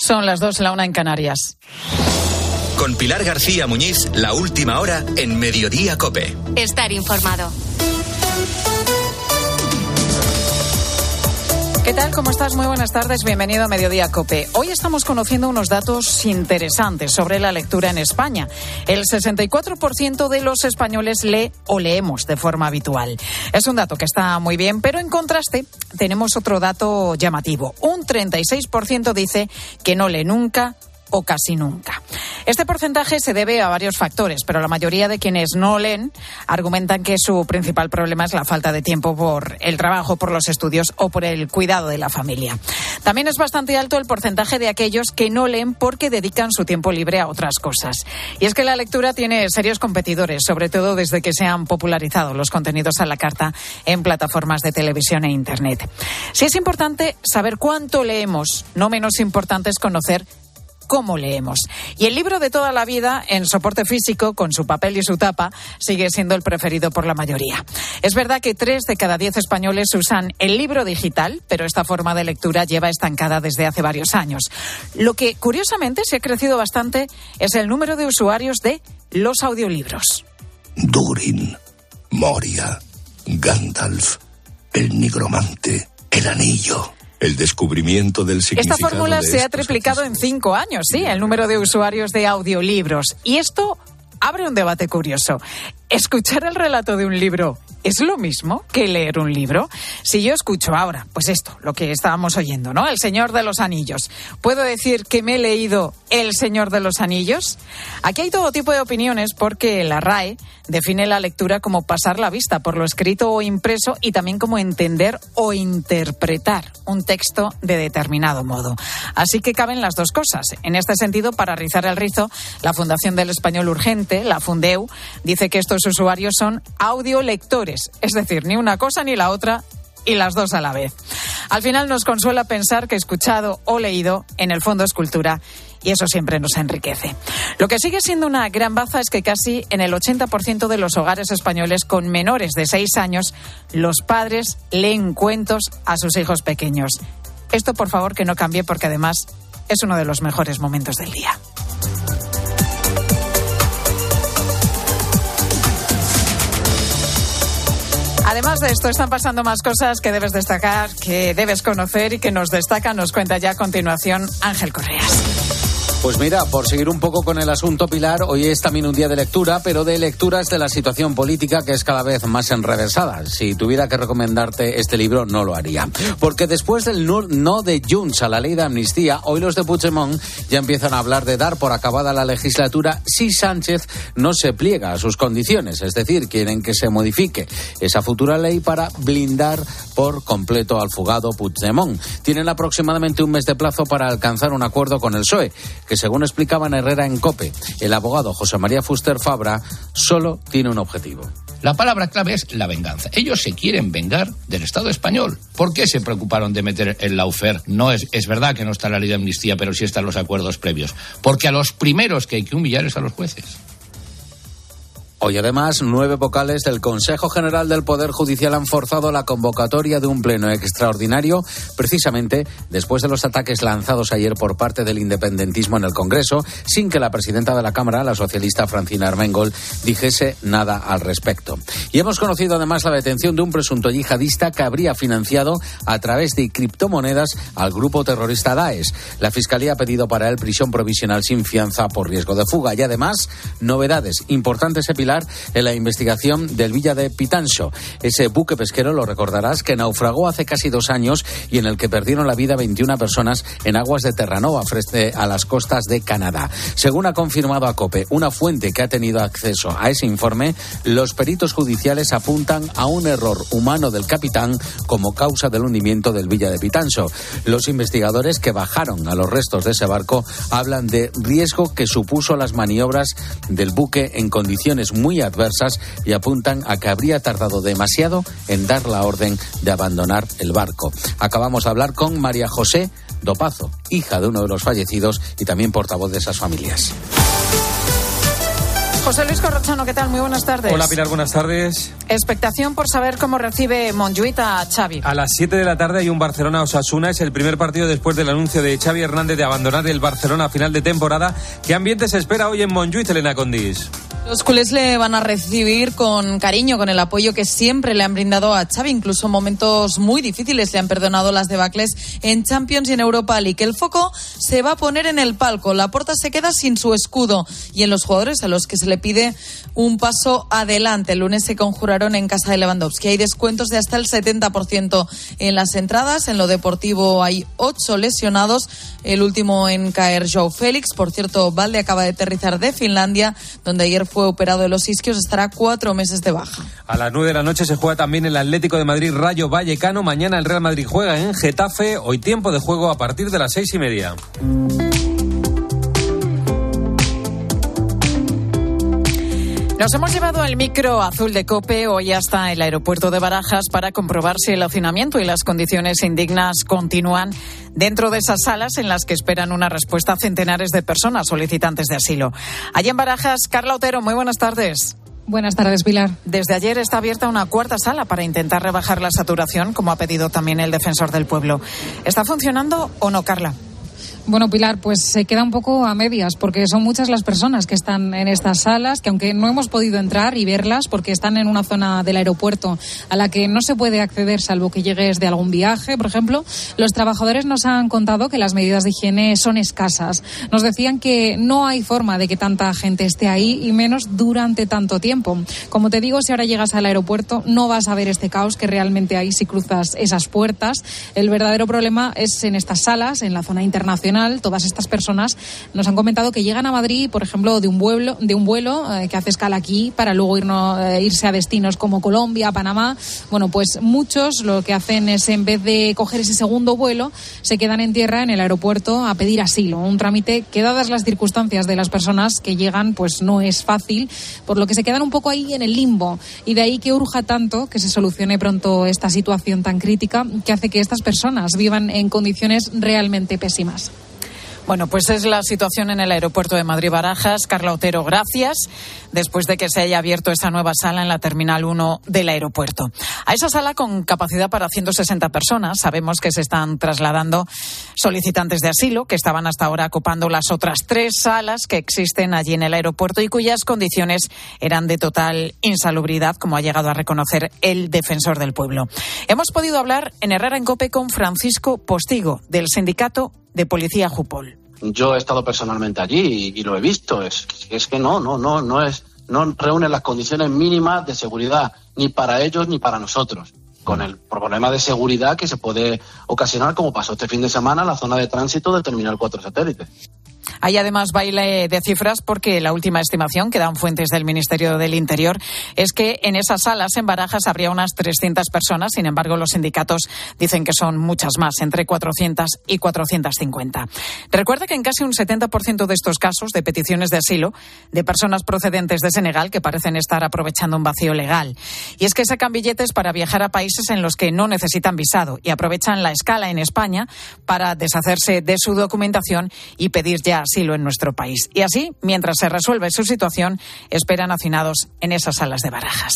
Son las 2, la 1 en Canarias. Con Pilar García Muñiz, la última hora en Mediodía COPE. Estar informado. ¿Qué tal? ¿Cómo estás? Muy buenas tardes. Bienvenido a Mediodía COPE. Hoy estamos conociendo unos datos interesantes sobre la lectura en España. El 64% de los españoles lee o leemos de forma habitual. Es un dato que está muy bien, pero en contraste tenemos otro dato llamativo. Un 36% dice que no lee nunca o casi nunca. Este porcentaje se debe a varios factores, pero la mayoría de quienes no leen argumentan que su principal problema es la falta de tiempo por el trabajo, por los estudios o por el cuidado de la familia. También es bastante alto el porcentaje de aquellos que no leen porque dedican su tiempo libre a otras cosas. Y es que la lectura tiene serios competidores, sobre todo desde que se han popularizado los contenidos a la carta en plataformas de televisión e Internet. Si es importante saber cuánto leemos, no menos importante es conocer cómo leemos. Y el libro de toda la vida, en soporte físico, con su papel y su tapa, sigue siendo el preferido por la mayoría. Es verdad que 3 de cada 10 españoles usan el libro digital, pero esta forma de lectura lleva estancada desde hace varios años. Lo que, curiosamente, se ha crecido bastante es el número de usuarios de los audiolibros. Durin, Moria, Gandalf, el nigromante, el anillo. El descubrimiento del significado. Esta fórmula se ha triplicado en 5 años, sí, el número de usuarios de audiolibros. Y esto abre un debate curioso. ¿Escuchar el relato de un libro es lo mismo que leer un libro? Si yo escucho ahora, pues esto, lo que estábamos oyendo, ¿no? El Señor de los Anillos. ¿Puedo decir que me he leído El Señor de los Anillos? Aquí hay todo tipo de opiniones porque la RAE define la lectura como pasar la vista por lo escrito o impreso y también como entender o interpretar un texto de determinado modo. Así que caben las dos cosas. En este sentido, para rizar el rizo, la Fundación del Español Urgente, la Fundeu, dice que estos usuarios son audiolectores, es decir, ni una cosa ni la otra y las dos a la vez. Al final nos consuela pensar que escuchado o leído en el fondo es cultura y eso siempre nos enriquece. Lo que sigue siendo una gran baza es que casi en el 80% de los hogares españoles con menores de 6 años los padres leen cuentos a sus hijos pequeños. Esto, por favor, que no cambie porque además es uno de los mejores momentos del día. Además de esto, están pasando más cosas que debes destacar, que debes conocer y que nos destaca, nos cuenta ya a continuación Ángel Correas. Pues mira, por seguir un poco con el asunto, Pilar, hoy es también un día de lectura, pero de lecturas de la situación política que es cada vez más enrevesada. Si tuviera que recomendarte este libro, no lo haría. Porque después del no de Junts a la ley de amnistía, hoy los de Puigdemont ya empiezan a hablar de dar por acabada la legislatura si Sánchez no se pliega a sus condiciones. Es decir, quieren que se modifique esa futura ley para blindar por completo al fugado Puigdemont. Tienen aproximadamente un mes de plazo para alcanzar un acuerdo con el PSOE, que según explicaba Herrera en COPE, el abogado José María Fuster Fabra solo tiene un objetivo. La palabra clave es la venganza. Ellos se quieren vengar del Estado español. ¿Por qué se preocuparon de meter el lawfare? No es verdad que no está la ley de amnistía, pero sí están los acuerdos previos. Porque a los primeros que hay que humillar es a los jueces. Hoy, además, 9 vocales del Consejo General del Poder Judicial han forzado la convocatoria de un pleno extraordinario, precisamente después de los ataques lanzados ayer por parte del independentismo en el Congreso, sin que la presidenta de la Cámara, la socialista Francina Armengol, dijese nada al respecto. Y hemos conocido, además, la detención de un presunto yihadista que habría financiado a través de criptomonedas al grupo terrorista Daesh. La Fiscalía ha pedido para él prisión provisional sin fianza por riesgo de fuga. Y, además, novedades importantes, Pilar, en la investigación del Villa de Pitancho. Ese buque pesquero, lo recordarás, que naufragó hace casi 2 años y en el que perdieron la vida 21 personas en aguas de Terranova, frente a las costas de Canadá. Según ha confirmado a COPE una fuente que ha tenido acceso a ese informe, los peritos judiciales apuntan a un error humano del capitán como causa del hundimiento del Villa de Pitancho. Los investigadores que bajaron a los restos de ese barco hablan de riesgo que supuso las maniobras del buque en condiciones muy adversas y apuntan a que habría tardado demasiado en dar la orden de abandonar el barco. Acabamos de hablar con María José Dopazo, hija de uno de los fallecidos y también portavoz de esas familias. José Luis Corrochano, ¿qué tal? Muy buenas tardes. Hola Pilar, buenas tardes. Expectación por saber cómo recibe Montjuïc a Xavi. A las 7 de la tarde hay un Barcelona-Osasuna. Es el primer partido después del anuncio de Xavi Hernández de abandonar el Barcelona a final de temporada. ¿Qué ambiente se espera hoy en Montjuïc, Elena Condis? Los culés le van a recibir con cariño, con el apoyo que siempre le han brindado a Xavi. Incluso en momentos muy difíciles le han perdonado las debacles en Champions y en Europa League. El foco se va a poner en el palco. Laporta se queda sin su escudo y en los jugadores a los que se le pide un paso adelante. El lunes se conjuraron en casa de Lewandowski. Hay descuentos de hasta el 70% en las entradas. En lo deportivo hay 8 lesionados. El último en caer, Joao Félix. Por cierto, Valde acaba de aterrizar de Finlandia, donde ayer fue operado de los isquios. Estará 4 meses de baja. A las 9 de la noche se juega también el Atlético de Madrid Rayo Vallecano. Mañana el Real Madrid juega en Getafe. Hoy tiempo de juego a partir de las 6:30. Nos hemos llevado el micro azul de COPE hoy hasta el aeropuerto de Barajas para comprobar si el hacinamiento y las condiciones indignas continúan dentro de esas salas en las que esperan una respuesta a centenares de personas solicitantes de asilo. Allí en Barajas, Carla Otero, muy buenas tardes. Buenas tardes, Pilar. Desde ayer está abierta una cuarta sala para intentar rebajar la saturación, como ha pedido también el defensor del pueblo. ¿Está funcionando o no, Carla? Bueno, Pilar, pues se queda un poco a medias porque son muchas las personas que están en estas salas, que aunque no hemos podido entrar y verlas porque están en una zona del aeropuerto a la que no se puede acceder salvo que llegues de algún viaje, por ejemplo, los trabajadores nos han contado que las medidas de higiene son escasas. Nos decían que no hay forma de que tanta gente esté ahí y menos durante tanto tiempo. Como te digo, si ahora llegas al aeropuerto no vas a ver este caos que realmente hay si cruzas esas puertas. El verdadero problema es en estas salas, en la zona internacional. Todas estas personas nos han comentado que llegan a Madrid, por ejemplo, de un vuelo que hace escala aquí para luego irse a destinos como Colombia, Panamá. Bueno, pues muchos lo que hacen es, en vez de coger ese segundo vuelo, se quedan en tierra en el aeropuerto a pedir asilo. Un trámite que, dadas las circunstancias de las personas que llegan, pues no es fácil, por lo que se quedan un poco ahí en el limbo. Y de ahí que urja tanto que se solucione pronto esta situación tan crítica que hace que estas personas vivan en condiciones realmente pésimas. Bueno, pues es la situación en el aeropuerto de Madrid-Barajas. Carla Otero, gracias. Después de que se haya abierto esa nueva sala en la Terminal 1 del aeropuerto. A esa sala con capacidad para 160 personas, sabemos que se están trasladando solicitantes de asilo que estaban hasta ahora ocupando las otras 3 salas que existen allí en el aeropuerto y cuyas condiciones eran de total insalubridad, como ha llegado a reconocer el defensor del pueblo. Hemos podido hablar en Herrera en COPE con Francisco Postigo, del sindicato de Policía Jupol. Yo he estado personalmente allí y lo he visto. Es que no reúne las condiciones mínimas de seguridad ni para ellos ni para nosotros. Con el problema de seguridad que se puede ocasionar, como pasó este fin de semana en la zona de tránsito del Terminal 4 Satélite. Hay además baile de cifras porque la última estimación que dan fuentes del Ministerio del Interior es que en esas salas en Barajas habría unas 300 personas. Sin embargo, los sindicatos dicen que son muchas más, entre 400 y 450. Recuerda que en casi un 70% de estos casos de peticiones de asilo de personas procedentes de Senegal que parecen estar aprovechando un vacío legal. Y es que sacan billetes para viajar a países en los que no necesitan visado y aprovechan la escala en España para deshacerse de su documentación y pedir ya asilo en nuestro país. Y así, mientras se resuelve su situación, esperan hacinados en esas salas de Barajas.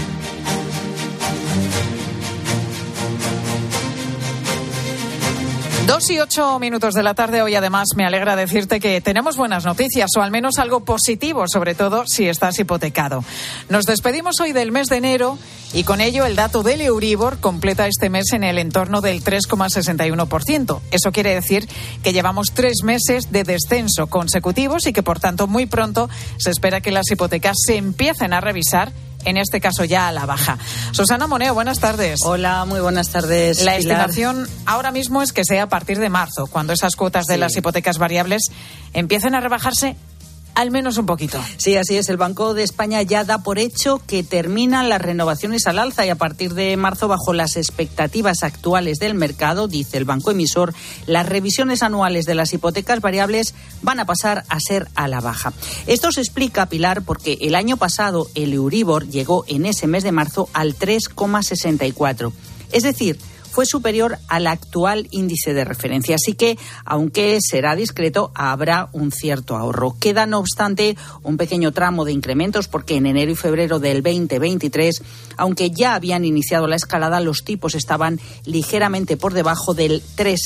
2:08 de la tarde. Hoy además me alegra decirte que tenemos buenas noticias, o al menos algo positivo, sobre todo si estás hipotecado. Nos despedimos hoy del mes de enero y con ello el dato del Euribor completa este mes en el entorno del 3,61%. Eso quiere decir que llevamos 3 meses de descenso consecutivos y que por tanto muy pronto se espera que las hipotecas se empiecen a revisar, en este caso ya a la baja. Susana Moneo, buenas tardes. Hola, muy buenas tardes. La estimación ahora mismo es que sea a partir de marzo, cuando esas cuotas de las hipotecas variables empiecen a rebajarse al menos un poquito. Sí, así es. El Banco de España ya da por hecho que terminan las renovaciones al alza y a partir de marzo, bajo las expectativas actuales del mercado, dice el banco emisor, las revisiones anuales de las hipotecas variables van a pasar a ser a la baja. Esto se explica, Pilar, porque el año pasado el Euribor llegó en ese mes de marzo al 3,64. Es decir, fue superior al actual índice de referencia. Así que, aunque será discreto, habrá un cierto ahorro. Queda, no obstante, un pequeño tramo de incrementos porque en enero y febrero del 2023, aunque ya habían iniciado la escalada, los tipos estaban ligeramente por debajo del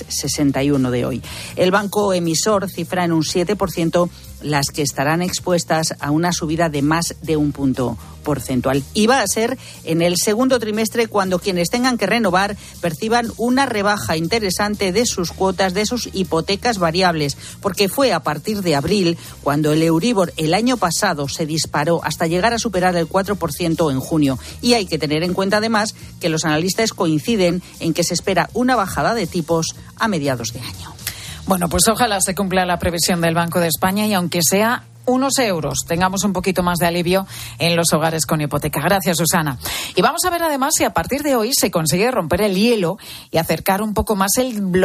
3,61 de hoy. El banco emisor cifra en un 7% las que estarán expuestas a una subida de más de un punto porcentual. Y va a ser en el segundo trimestre cuando quienes tengan que renovar perciban una rebaja interesante de sus cuotas, de sus hipotecas variables, porque fue a partir de abril cuando el Euribor el año pasado se disparó hasta llegar a superar el 4% en junio. Y hay que tener en cuenta además que los analistas coinciden en que se espera una bajada de tipos a mediados de año. Bueno, pues ojalá se cumpla la previsión del Banco de España y aunque sea unos euros, tengamos un poquito más de alivio en los hogares con hipoteca. Gracias, Susana. Y vamos a ver además si a partir de hoy se consigue romper el hielo y acercar un poco más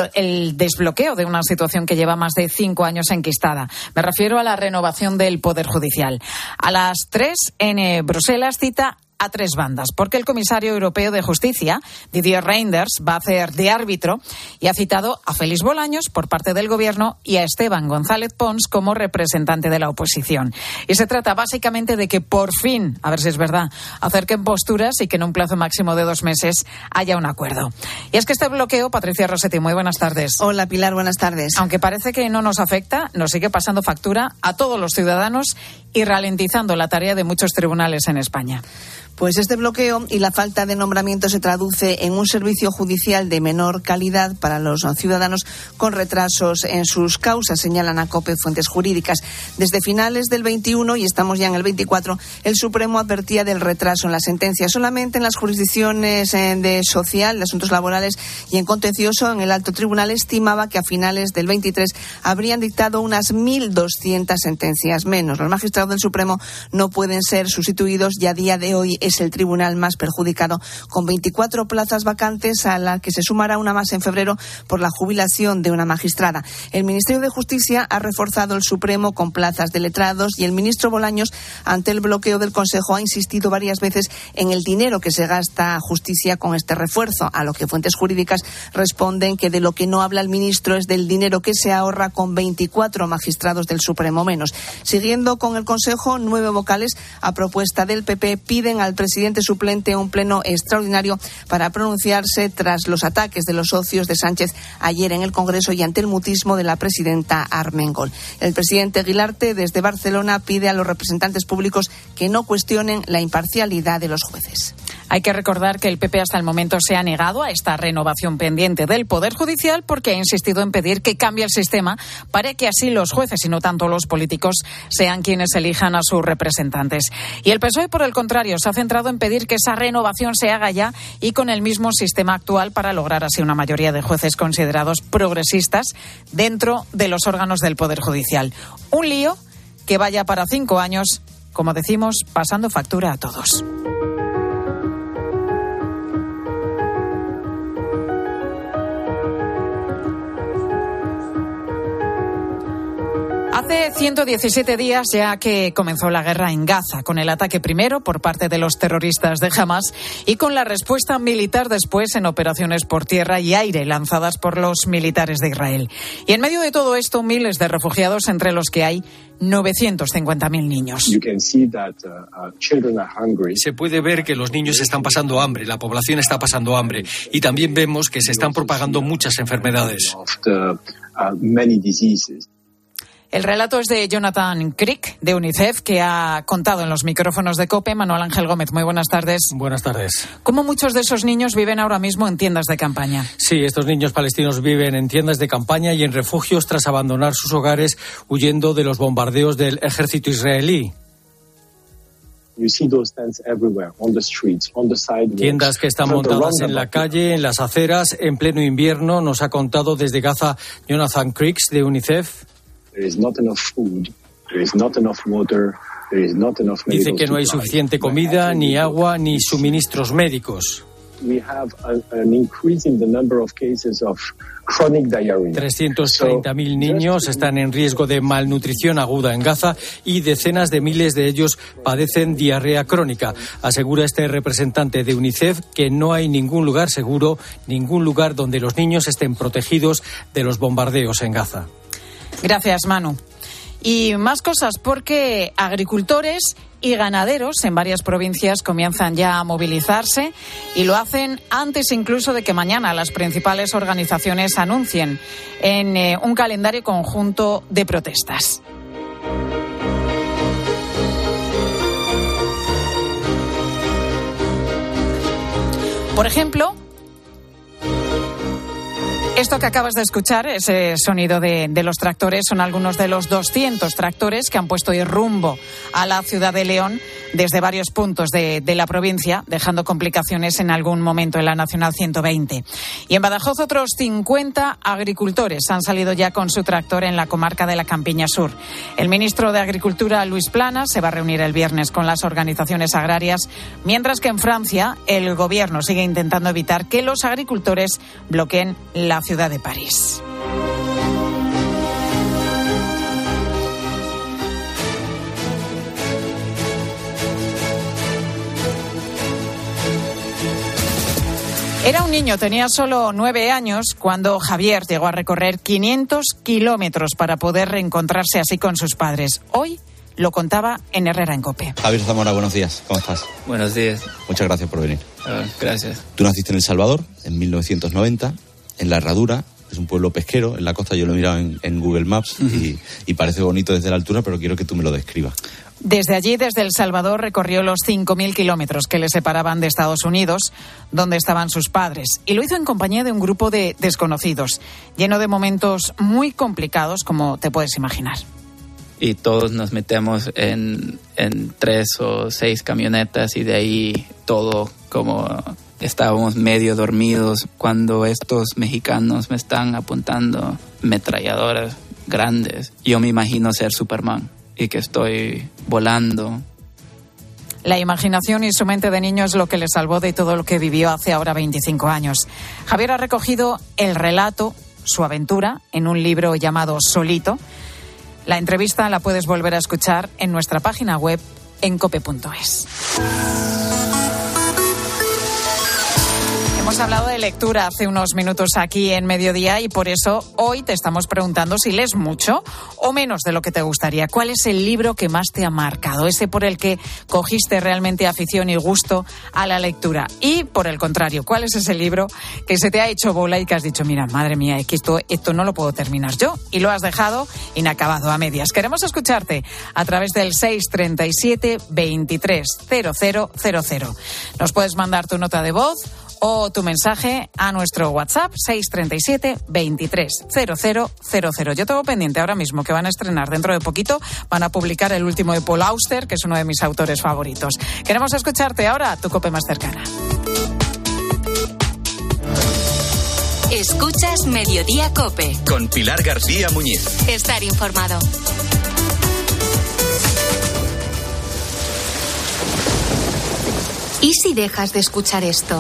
el desbloqueo de una situación que lleva más de 5 años enquistada. Me refiero a la renovación del Poder Judicial. A las 3 en Bruselas cita a 3 bandas, porque el comisario europeo de Justicia, Didier Reynders, va a hacer de árbitro y ha citado a Félix Bolaños por parte del Gobierno y a Esteban González Pons como representante de la oposición. Y se trata básicamente de que por fin, a ver si es verdad, acerquen posturas y que en un plazo máximo de 2 meses haya un acuerdo. Y es que este bloqueo, Patricia Rossetti, muy buenas tardes. Hola Pilar, buenas tardes. Aunque parece que no nos afecta, nos sigue pasando factura a todos los ciudadanos y ralentizando la tarea de muchos tribunales en España. Pues este bloqueo y la falta de nombramiento se traduce en un servicio judicial de menor calidad para los ciudadanos con retrasos en sus causas, señalan a COPE fuentes jurídicas. Desde finales del 21 y estamos ya en el 24, el Supremo advertía del retraso en la sentencia. Solamente en las jurisdicciones de social, de asuntos laborales y en contencioso, en el alto tribunal estimaba que a finales del 23 habrían dictado unas 1.200 sentencias menos. Los magistrados del Supremo no pueden ser sustituidos y a día de hoy es el tribunal más perjudicado, con 24 plazas vacantes, a la que se sumará una más en febrero por la jubilación de una magistrada. El Ministerio de Justicia ha reforzado el Supremo con plazas de letrados y el ministro Bolaños, ante el bloqueo del Consejo, ha insistido varias veces en el dinero que se gasta Justicia con este refuerzo, a lo que fuentes jurídicas responden que de lo que no habla el ministro es del dinero que se ahorra con 24 magistrados del Supremo menos. Siguiendo con el Consejo, 9 vocales, a propuesta del PP, piden al presidente suplente un pleno extraordinario para pronunciarse tras los ataques de los socios de Sánchez ayer en el Congreso y ante el mutismo de la presidenta Armengol. El presidente Guilarte, desde Barcelona, pide a los representantes públicos que no cuestionen la imparcialidad de los jueces. Hay que recordar que el PP hasta el momento se ha negado a esta renovación pendiente del Poder Judicial porque ha insistido en pedir que cambie el sistema para que así los jueces y no tanto los políticos sean quienes elijan a sus representantes. Y el PSOE, por el contrario, se ha centrado en pedir que esa renovación se haga ya y con el mismo sistema actual para lograr así una mayoría de jueces considerados progresistas dentro de los órganos del Poder Judicial. Un lío que vaya para 5 años, como decimos, pasando factura a todos. Hace 117 días ya que comenzó la guerra en Gaza, con el ataque primero por parte de los terroristas de Hamas y con la respuesta militar después en operaciones por tierra y aire lanzadas por los militares de Israel. Y en medio de todo esto, miles de refugiados, entre los que hay 950.000 niños. Se puede ver que los niños están pasando hambre, la población está pasando hambre y también vemos que se están propagando muchas enfermedades. El relato es de Jonathan Crick, de UNICEF, que ha contado en los micrófonos de COPE. Manuel Ángel Gómez, muy buenas tardes. Buenas tardes. ¿Cómo muchos de esos niños viven ahora mismo en tiendas de campaña? Sí, estos niños palestinos viven en tiendas de campaña y en refugios tras abandonar sus hogares huyendo de los bombardeos del ejército israelí. Tiendas que están montadas en la calle, en las aceras, en pleno invierno, nos ha contado desde Gaza Jonathan Crick, de UNICEF. Dice que no hay suficiente comida, ni agua, ni suministros médicos. we have an increase in the number of cases of chronic diarrhea. 330.000 niños están en riesgo de malnutrición aguda en Gaza y decenas de miles de ellos padecen diarrea crónica. Asegura este representante de UNICEF que no hay ningún lugar seguro, ningún lugar donde los niños estén protegidos de los bombardeos en Gaza. Gracias, Manu. Y más cosas, porque agricultores y ganaderos en varias provincias comienzan ya a movilizarse y lo hacen antes incluso de que mañana las principales organizaciones anuncien en un calendario conjunto de protestas. Por ejemplo, esto que acabas de escuchar, ese sonido de los tractores, son algunos de los 200 tractores que han puesto hoy rumbo a la ciudad de León desde varios puntos de la provincia, dejando complicaciones en algún momento en la Nacional 120. Y en Badajoz otros 50 agricultores han salido ya con su tractor en la comarca de la Campiña Sur. El ministro de Agricultura, Luis Planas, se va a reunir el viernes con las organizaciones agrarias, mientras que en Francia el gobierno sigue intentando evitar que los agricultores bloqueen la ciudad de París. Era un niño, tenía solo 9 años cuando Javier llegó a recorrer 500 kilómetros para poder reencontrarse así con sus padres. Hoy lo contaba en Herrera en COPE. Javier Zamora, buenos días. ¿Cómo estás? Buenos días. Muchas gracias por venir. Gracias. Tú naciste en El Salvador en 1990, en La Herradura. Es un pueblo pesquero en la costa, yo lo he mirado en Google Maps y parece bonito desde la altura, pero quiero que tú me lo describas. Desde allí, desde El Salvador, recorrió los 5.000 kilómetros que le separaban de Estados Unidos, donde estaban sus padres. Y lo hizo en compañía de un grupo de desconocidos, lleno de momentos muy complicados, como te puedes imaginar. Y todos nos metemos en 3 o 6 camionetas y de ahí todo como... Estábamos medio dormidos cuando estos mexicanos me están apuntando metralladoras grandes. Yo me imagino ser Superman y que estoy volando. La imaginación y su mente de niño es lo que le salvó de todo lo que vivió hace ahora 25 años. Javier ha recogido el relato, su aventura, en un libro llamado Solito. La entrevista la puedes volver a escuchar en nuestra página web en cope.es. Hemos hablado de lectura hace unos minutos aquí en Mediodía y por eso hoy te estamos preguntando si lees mucho o menos de lo que te gustaría. ¿Cuál es el libro que más te ha marcado? Ese por el que cogiste realmente afición y gusto a la lectura. Y por el contrario, ¿cuál es ese libro que se te ha hecho bola y que has dicho, mira, madre mía, es que esto no lo puedo terminar yo? Y lo has dejado inacabado, a medias. Queremos escucharte a través del 637 23 0000. Nos puedes mandar tu nota de voz o tu mensaje a nuestro WhatsApp 637 23 0000. Yo tengo pendiente ahora mismo que van a estrenar dentro de poquito, van a publicar el último de Paul Auster, que es uno de mis autores favoritos. Queremos escucharte ahora, tu COPE más cercana. Escuchas Mediodía COPE. Con Pilar García Muñiz. Estar informado. ¿Y si dejas de escuchar esto?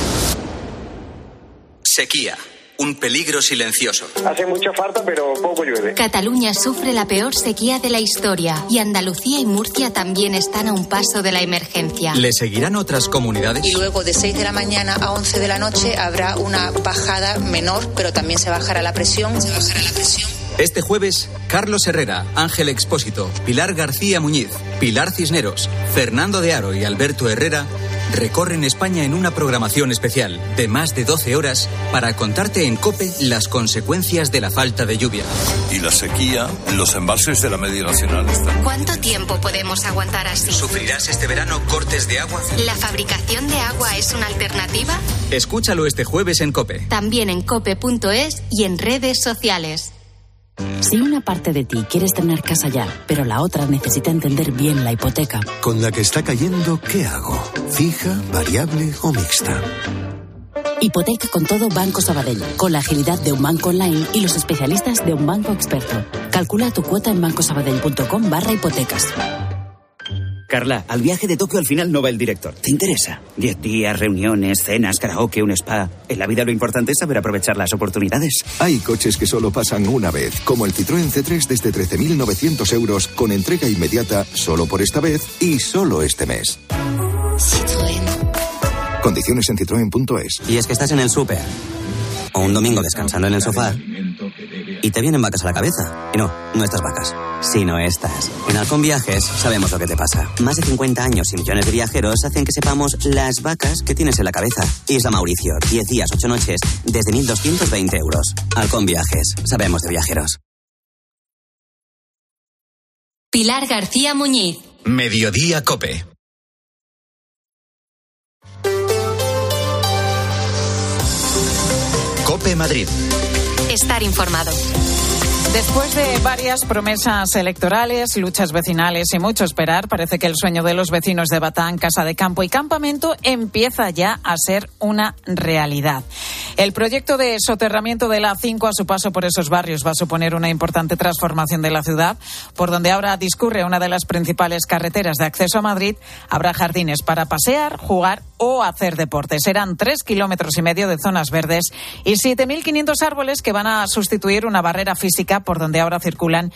Sequía, un peligro silencioso. Hace mucha falta, pero poco llueve. Cataluña sufre la peor sequía de la historia y Andalucía y Murcia también están a un paso de la emergencia. ¿Le seguirán otras comunidades? Y luego de 6 de la mañana a 11 de la noche habrá una bajada menor, pero también se bajará la presión. Este jueves, Carlos Herrera, Ángel Expósito, Pilar García Muñiz, Pilar Cisneros, Fernando de Aro y Alberto Herrera recorren España en una programación especial de más de 12 horas para contarte en COPE las consecuencias de la falta de lluvia. Y la sequía en los embalses de la media nacional están... ¿Cuánto tiempo podemos aguantar así? ¿Sufrirás este verano cortes de agua? ¿La fabricación de agua es una alternativa? Escúchalo este jueves en COPE. También en cope.es y en redes sociales. Si una parte de ti quiere estrenar casa ya, pero la otra necesita entender bien la hipoteca. Con la que está cayendo, ¿qué hago? ¿Fija, variable o mixta? Hipoteca con todo Banco Sabadell, con la agilidad de un banco online y los especialistas de un banco experto. Calcula tu cuota en bancosabadell.com/hipotecas. Carla, al viaje de Tokio al final no va el director. ¿Te interesa? 10 días, reuniones, cenas, karaoke, un spa. En la vida lo importante es saber aprovechar las oportunidades. Hay coches que solo pasan una vez, como el Citroën C3 desde 13.900 euros, con entrega inmediata solo por esta vez y solo este mes. Citroën. Condiciones en citroen.es. Y es que estás en el súper o un domingo descansando en el sofá y te vienen vacas a la cabeza. Y no estas vacas, sino estas. En Halcón Viajes sabemos lo que te pasa. Más de 50 años y millones de viajeros hacen que sepamos las vacas que tienes en la cabeza. Isla Mauricio, 10 días, 8 noches, desde 1.220 euros. Halcón Viajes, sabemos de viajeros. Pilar García Muñiz. Mediodía COPE. COPE Madrid. Estar informado. Después de varias promesas electorales, luchas vecinales y mucho esperar, parece que el sueño de los vecinos de Batán, Casa de Campo y Campamento empieza ya a ser una realidad. El proyecto de soterramiento de la A5 a su paso por esos barrios va a suponer una importante transformación de la ciudad. Por donde ahora discurre una de las principales carreteras de acceso a Madrid, habrá jardines para pasear, jugar o hacer deporte. Serán 3,5 kilómetros de zonas verdes y 7.500 árboles que van a sustituir una barrera física por donde ahora circulan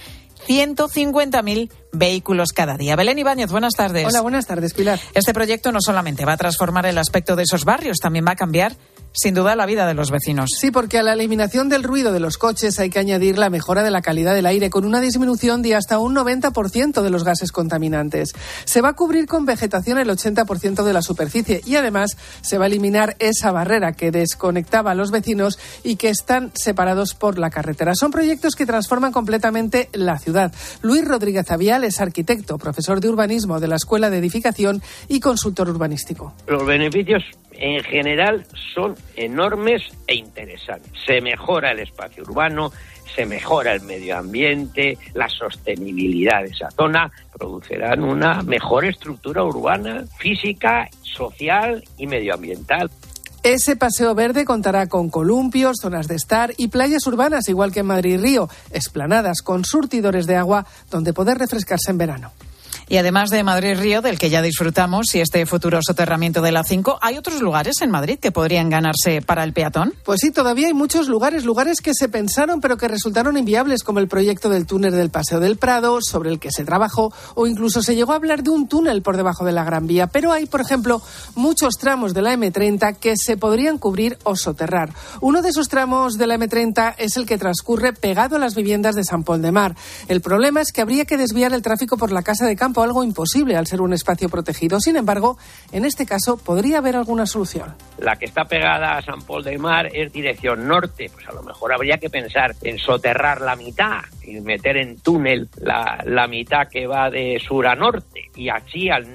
150.000 vehículos cada día. Belén Ibáñez, buenas tardes. Hola, buenas tardes, Pilar. Este proyecto no solamente va a transformar el aspecto de esos barrios, también va a cambiar sin duda la vida de los vecinos. Sí, porque a la eliminación del ruido de los coches hay que añadir la mejora de la calidad del aire con una disminución de hasta un 90% de los gases contaminantes. Se va a cubrir con vegetación el 80% de la superficie y además se va a eliminar esa barrera que desconectaba a los vecinos y que están separados por la carretera. Son proyectos que transforman completamente la ciudad. Luis Rodríguez Avial es arquitecto, profesor de urbanismo de la Escuela de Edificación y consultor urbanístico. Los beneficios en general son enormes e interesantes. Se mejora el espacio urbano, se mejora el medio ambiente, la sostenibilidad de esa zona, producerán una mejor estructura urbana, física, social y medioambiental. Ese paseo verde contará con columpios, zonas de estar y playas urbanas, igual que en Madrid Río, explanadas con surtidores de agua donde poder refrescarse en verano. Y además de Madrid-Río, del que ya disfrutamos, y este futuro soterramiento de la A5, ¿hay otros lugares en Madrid que podrían ganarse para el peatón? Pues sí, todavía hay muchos lugares que se pensaron pero que resultaron inviables, como el proyecto del túnel del Paseo del Prado, sobre el que se trabajó, o incluso se llegó a hablar de un túnel por debajo de la Gran Vía. Pero hay, por ejemplo, muchos tramos de la M30 que se podrían cubrir o soterrar. Uno de esos tramos de la M30 es el que transcurre pegado a las viviendas de Sant Pol de Mar. El problema es que habría que desviar el tráfico por la Casa de Campo, algo imposible al ser un espacio protegido. Sin embargo, en este caso podría haber alguna solución. La que está pegada a Sant Pol de Mar es dirección norte, pues a lo mejor habría que pensar en soterrar la mitad y meter en túnel la mitad que va de sur a norte, y así al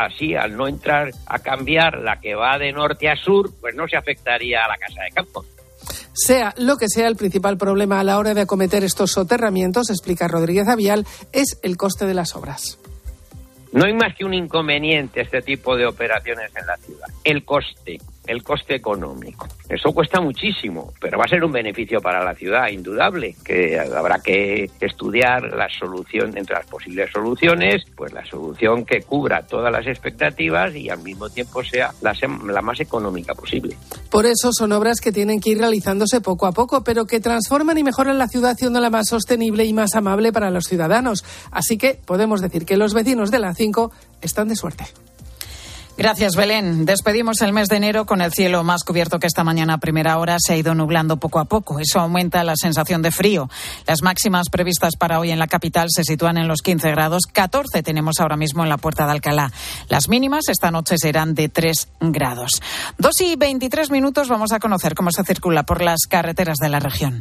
no entrar a cambiar la que va de norte a sur, pues no se afectaría a la Casa de Campo. Sea lo que sea, el principal problema a la hora de acometer estos soterramientos, explica Rodríguez Avial, es el coste de las obras. No hay más que un inconveniente este tipo de operaciones en la ciudad: el coste económico. Eso cuesta muchísimo, pero va a ser un beneficio para la ciudad, indudable, que habrá que estudiar la solución, entre las posibles soluciones, pues la solución que cubra todas las expectativas y al mismo tiempo sea la más económica posible. Por eso son obras que tienen que ir realizándose poco a poco, pero que transforman y mejoran la ciudad haciéndola más sostenible y más amable para los ciudadanos. Así que podemos decir que los vecinos de la A5 están de suerte. Gracias, Belén. Despedimos el mes de enero con el cielo más cubierto que esta mañana a primera hora se ha ido nublando poco a poco. Eso aumenta la sensación de frío. Las máximas previstas para hoy en la capital se sitúan en los 15 grados. 14 tenemos ahora mismo en la Puerta de Alcalá. Las mínimas esta noche serán de 3 grados. 2:23, vamos a conocer cómo se circula por las carreteras de la región.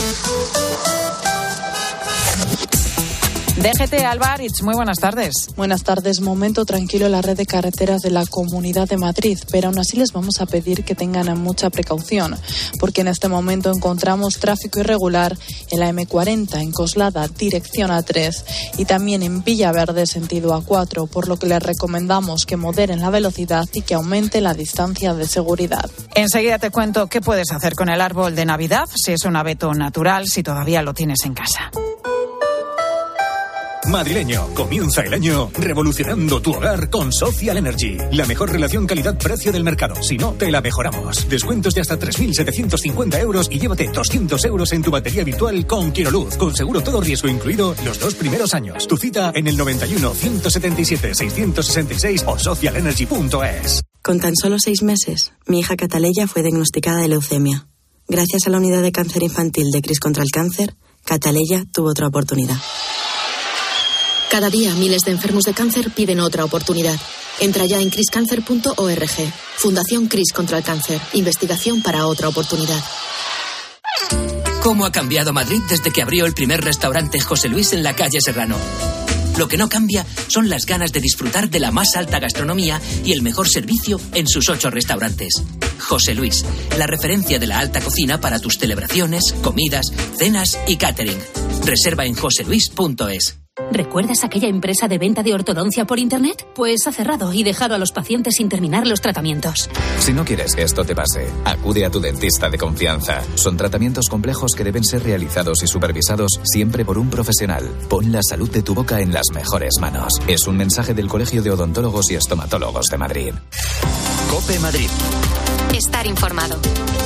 DGT Alba Aritz, muy buenas tardes. Buenas tardes. Momento tranquilo en la red de carreteras de la Comunidad de Madrid, pero aún así les vamos a pedir que tengan mucha precaución, porque en este momento encontramos tráfico irregular en la M40, en Coslada, dirección A3, y también en Villaverde, sentido A4, por lo que les recomendamos que moderen la velocidad y que aumente la distancia de seguridad. Enseguida te cuento qué puedes hacer con el árbol de Navidad, si es un abeto natural, si todavía lo tienes en casa. madrileño. Comienza el año revolucionando tu hogar con Social Energy. La mejor relación calidad-precio del mercado. Si no, te la mejoramos. Descuentos de hasta 3.750 euros y llévate 200 euros en tu batería virtual con Quiroluz. Con seguro todo riesgo incluido los 2 primeros años. Tu cita en el 91 177 666 o socialenergy.es. Con tan solo 6 meses, mi hija Cataleya fue diagnosticada de leucemia. Gracias a la unidad de cáncer infantil de CRIS contra el cáncer, Cataleya tuvo otra oportunidad. Cada día miles de enfermos de cáncer piden otra oportunidad. Entra ya en criscancer.org. Fundación CRIS contra el cáncer. Investigación para otra oportunidad. ¿Cómo ha cambiado Madrid desde que abrió el primer restaurante José Luis en la calle Serrano? Lo que no cambia son las ganas de disfrutar de la más alta gastronomía y el mejor servicio en sus 8 restaurantes. José Luis, la referencia de la alta cocina para tus celebraciones, comidas, cenas y catering. Reserva en joseluis.es. ¿Recuerdas aquella empresa de venta de ortodoncia por internet? Pues ha cerrado y dejado a los pacientes sin terminar los tratamientos. Si no quieres que esto te pase, acude a tu dentista de confianza. Son tratamientos complejos que deben ser realizados y supervisados siempre por un profesional. Pon la salud de tu boca en las mejores manos. Es un mensaje del Colegio de Odontólogos y Estomatólogos de Madrid. COPE Madrid. Estar informado.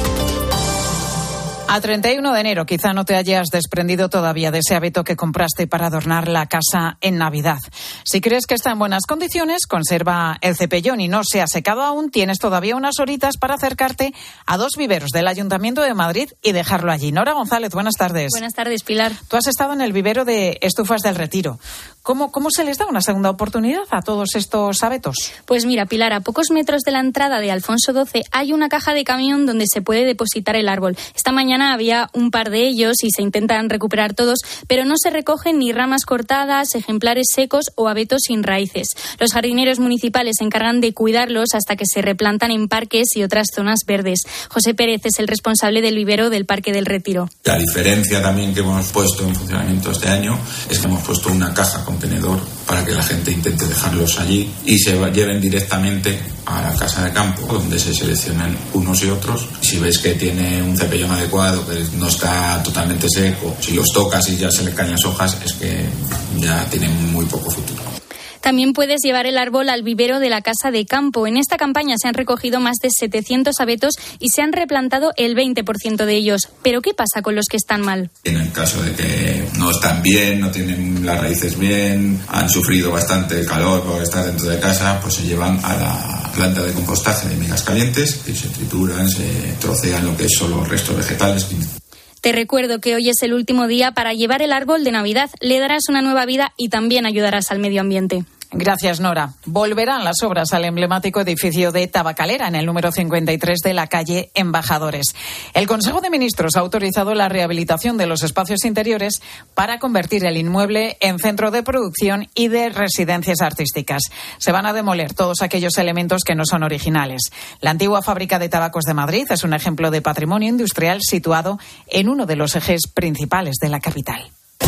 A 31 de enero quizá no te hayas desprendido todavía de ese hábito que compraste para adornar la casa en Navidad. Si crees que está en buenas condiciones, conserva el cepellón y no se ha secado aún, tienes todavía unas horitas para acercarte a 2 viveros del Ayuntamiento de Madrid y dejarlo allí. Nora González, buenas tardes. Buenas tardes, Pilar. Tú has estado en el vivero de Estufas del Retiro. ¿Cómo se les da una segunda oportunidad a todos estos abetos? Pues mira, Pilar, a pocos metros de la entrada de Alfonso XII hay una caja de camión donde se puede depositar el árbol. Esta mañana había un par de ellos y se intentan recuperar todos, pero no se recogen ni ramas cortadas, ejemplares secos o abetos sin raíces. Los jardineros municipales se encargan de cuidarlos hasta que se replantan en parques y otras zonas verdes. José Pérez es el responsable del vivero del Parque del Retiro. La diferencia también que hemos puesto en funcionamiento este año es que hemos puesto una caja contenedor para que la gente intente dejarlos allí y se lleven directamente a la casa de campo, donde se seleccionan unos y otros. Si ves que tiene un cepellón adecuado, que no está totalmente seco, si los tocas y ya se le caen las hojas, es que ya tienen muy poco futuro. También puedes llevar el árbol al vivero de la Casa de Campo. En esta campaña se han recogido más de 700 abetos y se han replantado el 20% de ellos. ¿Pero qué pasa con los que están mal? En el caso de que no están bien, no tienen las raíces bien, han sufrido bastante calor por estar dentro de casa, pues se llevan a la planta de compostaje de migas calientes y se trituran, se trocean lo que son los restos vegetales. Te recuerdo que hoy es el último día para llevar el árbol de Navidad. Le darás una nueva vida y también ayudarás al medio ambiente. Gracias, Nora. Volverán las obras al emblemático edificio de Tabacalera, en el número 53 de la calle Embajadores. El Consejo de Ministros ha autorizado la rehabilitación de los espacios interiores para convertir el inmueble en centro de producción y de residencias artísticas. Se van a demoler todos aquellos elementos que no son originales. La antigua fábrica de tabacos de Madrid es un ejemplo de patrimonio industrial situado en uno de los ejes principales de la capital.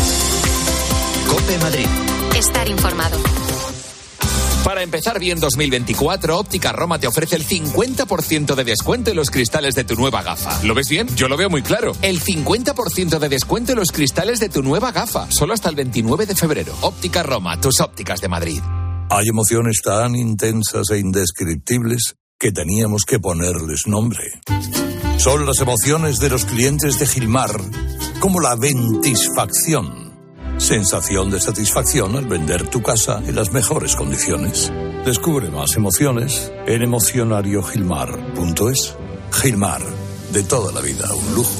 COPE Madrid. Estar informado. Para empezar bien 2024, Óptica Roma te ofrece el 50% de descuento en los cristales de tu nueva gafa. ¿Lo ves bien? Yo lo veo muy claro. El 50% de descuento en los cristales de tu nueva gafa. Solo hasta el 29 de febrero. Óptica Roma, tus ópticas de Madrid. Hay emociones tan intensas e indescriptibles que teníamos que ponerles nombre. Son las emociones de los clientes de Gilmar, como la ventisfacción. Sensación de satisfacción al vender tu casa en las mejores condiciones. Descubre más emociones en emocionariogilmar.es. Gilmar, de toda la vida, un lujo.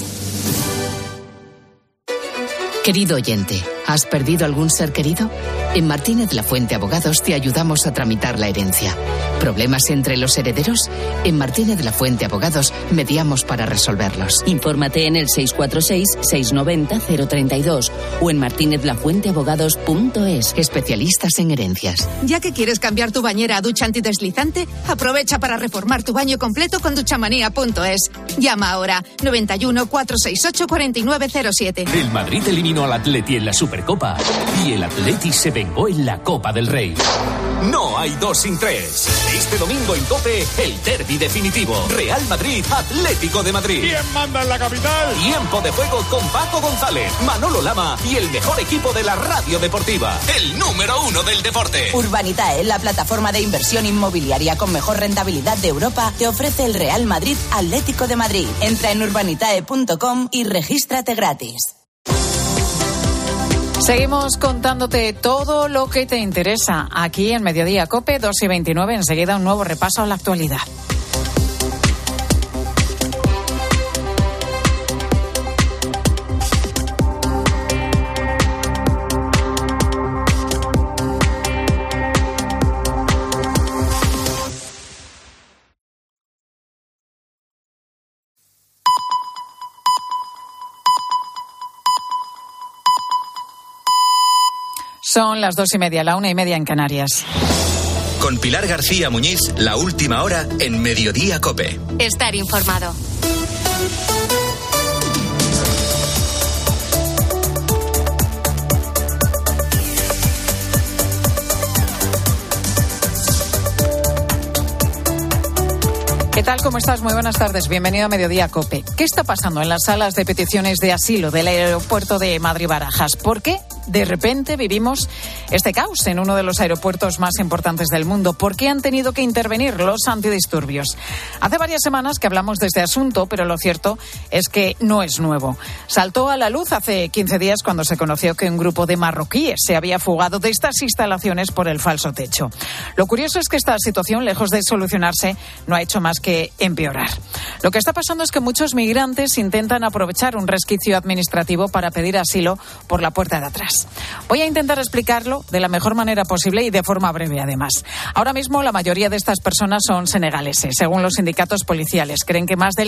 Querido oyente, ¿has perdido algún ser querido? En Martínez Lafuente Abogados te ayudamos a tramitar la herencia. ¿Problemas entre los herederos? En Martínez Lafuente Abogados mediamos para resolverlos. Infórmate en el 646-690-032 o en martinezlafuenteabogados.es. Especialistas en herencias. Ya que quieres cambiar tu bañera a ducha antideslizante, aprovecha para reformar tu baño completo con duchamanía.es. Llama ahora 91 468 4907. El Madrid eliminó al Atleti en la Supercopa Supercopa y el Atleti se vengó en la Copa del Rey. No hay 2 sin 3. Este domingo en COPE, el derbi definitivo. Real Madrid, Atlético de Madrid. ¿Quién manda en la capital? Tiempo de juego con Paco González, Manolo Lama y el mejor equipo de la radio deportiva. El número 1 del deporte. Urbanitae, la plataforma de inversión inmobiliaria con mejor rentabilidad de Europa, te ofrece el Real Madrid, Atlético de Madrid. Entra en urbanitae.com y regístrate gratis. Seguimos contándote todo lo que te interesa aquí en Mediodía COPE, 2:29. Enseguida un nuevo repaso a la actualidad. Son las 2:30, la 1:30 en Canarias. Con Pilar García Muñiz, la última hora en Mediodía COPE. Estar informado. ¿Qué tal? ¿Cómo estás? Muy buenas tardes. Bienvenido a Mediodía COPE. ¿Qué está pasando en las salas de peticiones de asilo del aeropuerto de Madrid-Barajas? ¿Por qué de repente vivimos este caos en uno de los aeropuertos más importantes del mundo? ¿Por qué han tenido que intervenir los antidisturbios? Hace varias semanas que hablamos de este asunto, pero lo cierto es que no es nuevo. Saltó a la luz hace 15 días cuando se conoció que un grupo de marroquíes se había fugado de estas instalaciones por el falso techo. Lo curioso es que esta situación, lejos de solucionarse, no ha hecho más que empeorar. Lo que está pasando es que muchos migrantes intentan aprovechar un resquicio administrativo para pedir asilo por la puerta de atrás. Voy a intentar explicarlo de la mejor manera posible y de forma breve, además. Ahora mismo la mayoría de estas personas son senegaleses. Según los sindicatos policiales, creen que más del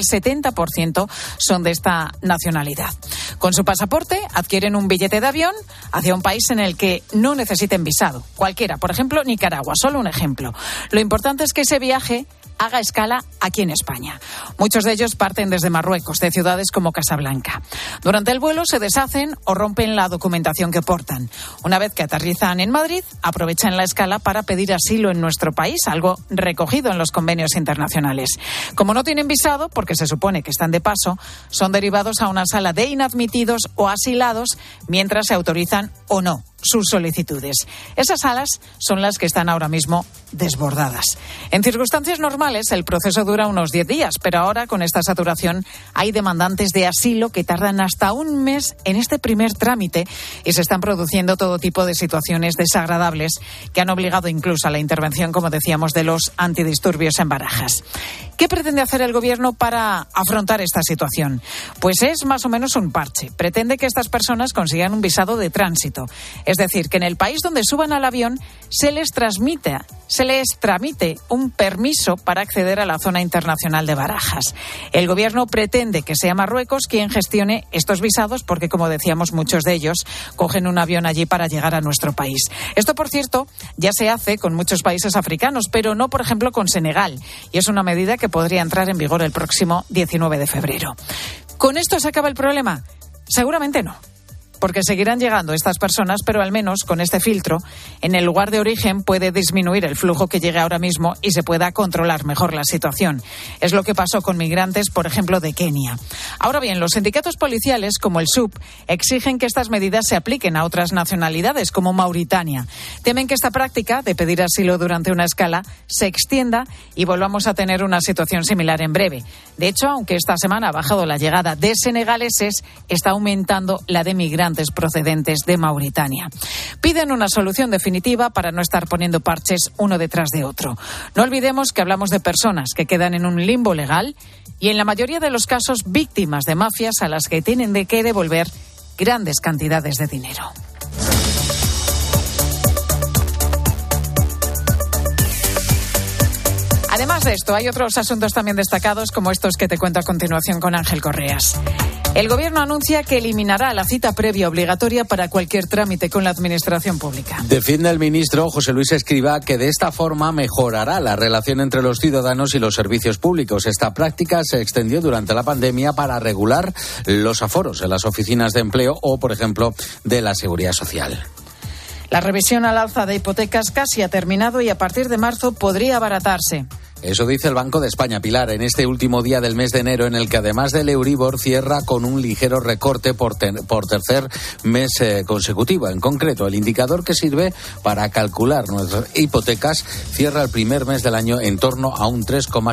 70% son de esta nacionalidad. Con su pasaporte adquieren un billete de avión hacia un país en el que no necesiten visado. Cualquiera, por ejemplo, Nicaragua, solo un ejemplo. Lo importante es que ese viaje haga escala aquí en España. Muchos de ellos parten desde Marruecos, de ciudades como Casablanca. Durante el vuelo se deshacen o rompen la documentación que portan. Una vez que aterrizan en Madrid, aprovechan la escala para pedir asilo en nuestro país, algo recogido en los convenios internacionales. Como no tienen visado, porque se supone que están de paso, son derivados a una sala de inadmitidos o asilados mientras se autorizan o no sus solicitudes. Esas salas son las que están ahora mismo desbordadas. En circunstancias normales el proceso dura unos 10 días, pero ahora con esta saturación hay demandantes de asilo que tardan hasta un mes en este primer trámite y se están produciendo todo tipo de situaciones desagradables que han obligado incluso a la intervención, como decíamos, de los antidisturbios en Barajas. ¿Qué pretende hacer el gobierno para afrontar esta situación? Pues es más o menos un parche. Pretende que estas personas consigan un visado de tránsito. Es decir, que en el país donde suban al avión se les tramite un permiso para acceder a la zona internacional de Barajas. El gobierno pretende que sea Marruecos quien gestione estos visados porque, como decíamos, muchos de ellos cogen un avión allí para llegar a nuestro país. Esto, por cierto, ya se hace con muchos países africanos, pero no, por ejemplo, con Senegal. Y es una medida que podría entrar en vigor el próximo 19 de febrero. ¿Con esto se acaba el problema? Seguramente no. Porque seguirán llegando estas personas, pero al menos con este filtro, en el lugar de origen puede disminuir el flujo que llegue ahora mismo y se pueda controlar mejor la situación. Es lo que pasó con migrantes, por ejemplo, de Kenia. Ahora bien, los sindicatos policiales, como el SUB, exigen que estas medidas se apliquen a otras nacionalidades, como Mauritania. Temen que esta práctica de pedir asilo durante una escala se extienda y volvamos a tener una situación similar en breve. De hecho, aunque esta semana ha bajado la llegada de senegaleses, está aumentando la de migrantes procedentes de Mauritania. Piden una solución definitiva para no estar poniendo parches uno detrás de otro. No olvidemos que hablamos de personas que quedan en un limbo legal y en la mayoría de los casos víctimas de mafias a las que tienen que devolver grandes cantidades de dinero. Además de esto, hay otros asuntos también destacados como estos que te cuento a continuación con Ángel Correas. El Gobierno anuncia que eliminará la cita previa obligatoria para cualquier trámite con la Administración pública. Defiende el ministro José Luis Escrivá que de esta forma mejorará la relación entre los ciudadanos y los servicios públicos. Esta práctica se extendió durante la pandemia para regular los aforos en las oficinas de empleo o, por ejemplo, de la Seguridad Social. La revisión al alza de hipotecas casi ha terminado y a partir de marzo podría abaratarse. Eso dice el Banco de España, Pilar, en este último día del mes de enero, en el que además del Euribor cierra con un ligero recorte por tercer mes consecutivo. En concreto, el indicador que sirve para calcular nuestras hipotecas cierra el primer mes del año en torno a un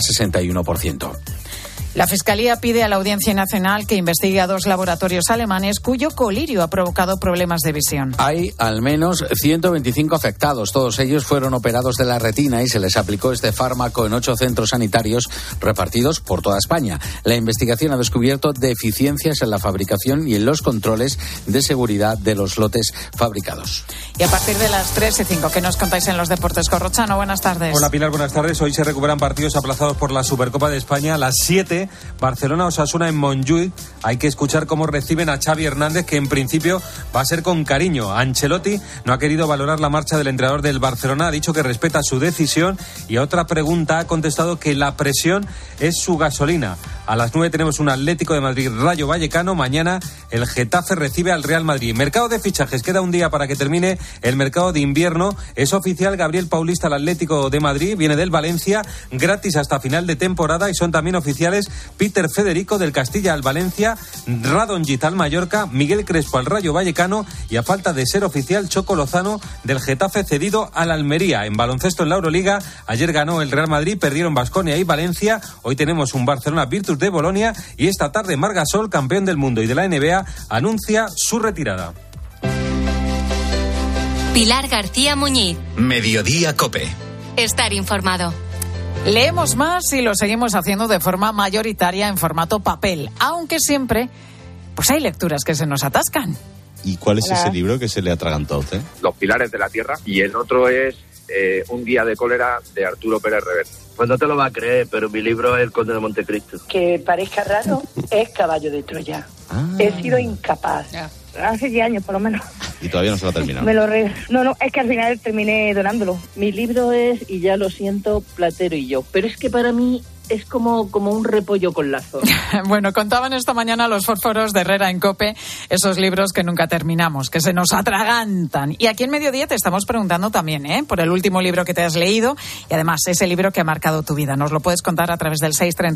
3,61%. La Fiscalía pide a la Audiencia Nacional que investigue a 2 laboratorios alemanes cuyo colirio ha provocado problemas de visión. Hay al menos 125 afectados. Todos ellos fueron operados de la retina y se les aplicó este fármaco en 8 centros sanitarios repartidos por toda España. La investigación ha descubierto deficiencias en la fabricación y en los controles de seguridad de los lotes fabricados. Y a partir de las 3:05, ¿qué nos contáis en los deportes? Corrochano, buenas tardes. Hola Pilar, buenas tardes. Hoy se recuperan partidos aplazados por la Supercopa de España. A las 7, Barcelona-Osasuna en Montjuïc. Hay que escuchar cómo reciben a Xavi Hernández, que en principio va a ser con cariño. Ancelotti no ha querido valorar la marcha del entrenador del Barcelona, ha dicho que respeta su decisión y a otra pregunta ha contestado que la presión es su gasolina. A las 9 tenemos un Atlético de Madrid Rayo Vallecano. Mañana el Getafe recibe al Real Madrid. Mercado de fichajes, queda un día para que termine el mercado de invierno. Es oficial, Gabriel Paulista al Atlético de Madrid, viene del Valencia, gratis hasta final de temporada, y son también oficiales Peter Federico del Castilla al Valencia, Radonjic al Mallorca, Miguel Crespo al Rayo Vallecano y, a falta de ser oficial, Choco Lozano del Getafe cedido al Almería. En baloncesto en la Euroliga, ayer ganó el Real Madrid, perdieron Baskonia y Valencia. Hoy tenemos un Barcelona Virtus de Bolonia y esta tarde Marc Gasol, campeón del mundo y de la NBA, anuncia su retirada. Pilar García Muñiz. Mediodía COPE. Estar informado. Leemos más y lo seguimos haciendo de forma mayoritaria en formato papel, aunque siempre pues hay lecturas que se nos atascan. ¿Y cuál es ese libro que se le atragantó a usted? Los pilares de la tierra, y el otro es Un día de cólera de Arturo Pérez Reverte. Pues no te lo vas a creer, pero mi libro es El Conde de Montecristo. Que parezca raro, es Caballo de Troya. He sido incapaz. Hace 10 años, por lo menos. ¿Y todavía no se lo ha terminado? No, es que al final terminé donándolo. Mi libro es, y ya lo siento, Platero y yo. Pero es que para mí es como un repollo con lazo. Bueno, contaban esta mañana los fósforos de Herrera en COPE esos libros que nunca terminamos, que se nos atragantan. Y aquí en Mediodía te estamos preguntando también, por el último libro que te has leído y además ese libro que ha marcado tu vida. Nos lo puedes contar a través del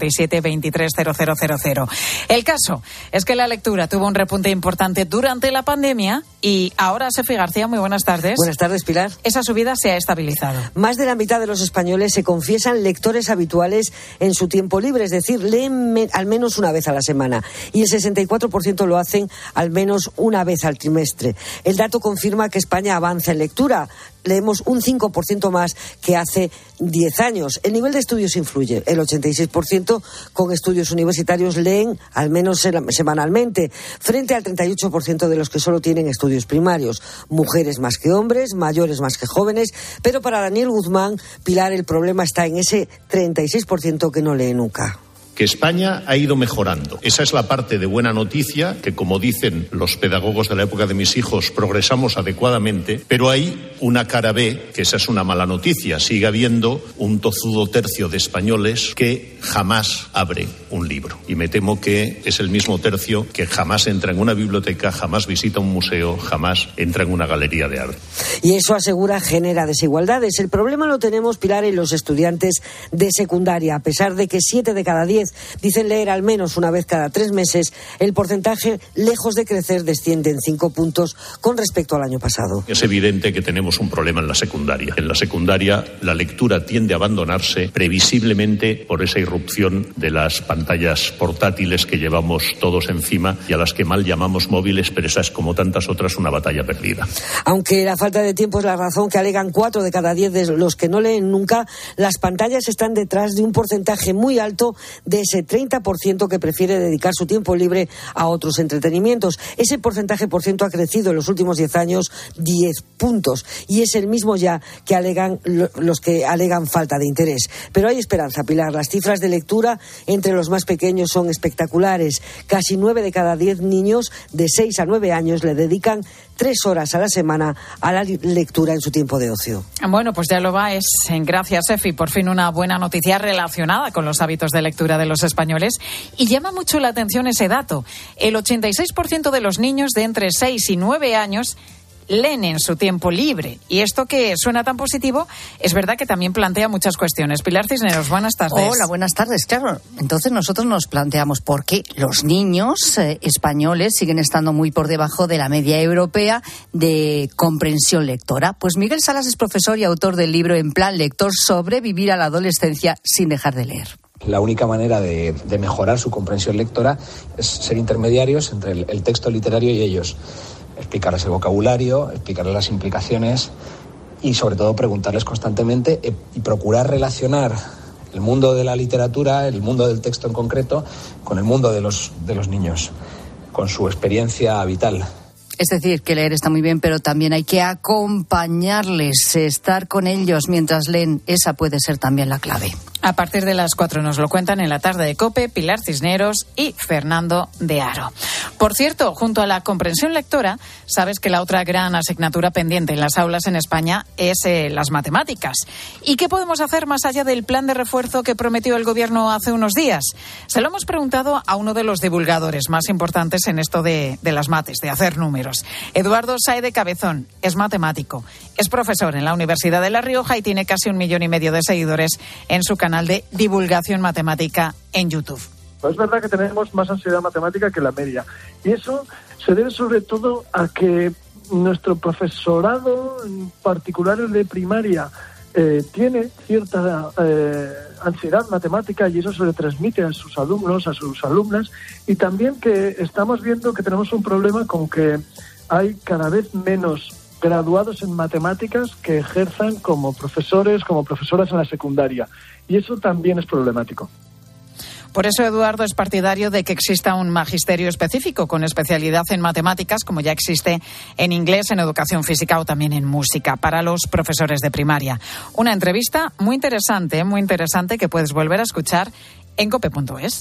637-230000. El caso es que la lectura tuvo un repunte importante durante la pandemia y ahora, Sefi García, muy buenas tardes. Buenas tardes, Pilar. Esa subida se ha estabilizado. Más de la mitad de los españoles se confiesan lectores habituales en su tiempo libre, es decir, leen al menos una vez a la semana, y el 64% lo hacen al menos una vez al trimestre. El dato confirma que España avanza en lectura. Leemos un 5% más que hace 10 años. El nivel de estudios influye. El 86% con estudios universitarios leen al menos semanalmente, frente al 38% de los que solo tienen estudios primarios. Mujeres más que hombres, mayores más que jóvenes, pero para Daniel Guzmán, Pilar, el problema está en ese 36% que no lee nunca. Que España ha ido mejorando. Esa es la parte de buena noticia, que como dicen los pedagogos de la época de mis hijos, progresamos adecuadamente, pero hay una cara B, que esa es una mala noticia. Sigue habiendo un tozudo tercio de españoles que jamás abre un libro. Y me temo que es el mismo tercio que jamás entra en una biblioteca, jamás visita un museo, jamás entra en una galería de arte. Y eso, asegura, genera desigualdades. El problema lo tenemos, Pilar, en los estudiantes de secundaria. A pesar de que 7 de cada 10 dicen leer al menos una vez cada 3 meses, el porcentaje, lejos de crecer, desciende en 5 puntos con respecto al año pasado. Es evidente que tenemos un problema en la secundaria. En la secundaria la lectura tiende a abandonarse previsiblemente por esa irrupción de las pantallas portátiles que llevamos todos encima y a las que mal llamamos móviles, pero esa es, como tantas otras, una batalla perdida. Aunque la falta de tiempo es la razón que alegan 4 de cada 10 de los que no leen nunca, las pantallas están detrás de un porcentaje muy alto de de ese 30% que prefiere dedicar su tiempo libre a otros entretenimientos. Ese porcentaje por ciento ha crecido en los últimos 10 años 10 puntos y es el mismo ya que alegan los que alegan falta de interés. Pero hay esperanza, Pilar. Las cifras de lectura entre los más pequeños son espectaculares. Casi 9 de cada 10 niños de 6 a 9 años le dedican 3 horas a la semana a la lectura en su tiempo de ocio. Bueno, pues ya lo va. Gracias, Efi. Por fin una buena noticia relacionada con los hábitos de lectura de los españoles. Y llama mucho la atención ese dato. El 86% de los niños de entre 6 y 9 años leen en su tiempo libre. Y esto que suena tan positivo, es verdad que también plantea muchas cuestiones. Pilar Cisneros, buenas tardes. Hola, buenas tardes. Claro, entonces nosotros nos planteamos por qué los niños españoles siguen estando muy por debajo de la media europea de comprensión lectora. Pues Miguel Salas es profesor y autor del libro En Plan Lector, Sobrevivir a la adolescencia sin dejar de leer. La única manera de mejorar su comprensión lectora es ser intermediarios entre el texto literario y ellos. Explicarles el vocabulario, explicarles las implicaciones y sobre todo preguntarles constantemente y procurar relacionar el mundo de la literatura, el mundo del texto en concreto, con el mundo de los niños, con su experiencia vital. Es decir, que leer está muy bien, pero también hay que acompañarles, estar con ellos mientras leen. Esa puede ser también la clave. A partir de las 4 nos lo cuentan en la tarde de COPE Pilar Cisneros y Fernando de Aro. Por cierto, junto a la comprensión lectora, sabes que la otra gran asignatura pendiente en las aulas en España es las matemáticas. ¿Y qué podemos hacer más allá del plan de refuerzo que prometió el Gobierno hace unos días? Se lo hemos preguntado a uno de los divulgadores más importantes en esto de las mates, de hacer números. Eduardo Saede Cabezón es matemático, es profesor en la Universidad de La Rioja y tiene casi 1,5 millones de seguidores en su canal de divulgación matemática en YouTube. Es verdad que tenemos más ansiedad matemática que la media y eso se debe sobre todo a que nuestro profesorado, en particular el de primaria, tiene cierta ansiedad matemática y eso se le transmite a sus alumnos, a sus alumnas, y también que estamos viendo que tenemos un problema con que hay cada vez menos graduados en matemáticas que ejerzan como profesores, como profesoras en la secundaria, y eso también es problemático. Por eso Eduardo es partidario de que exista un magisterio específico con especialidad en matemáticas, como ya existe en inglés, en educación física o también en música, para los profesores de primaria. Una entrevista muy interesante que puedes volver a escuchar en cope.es.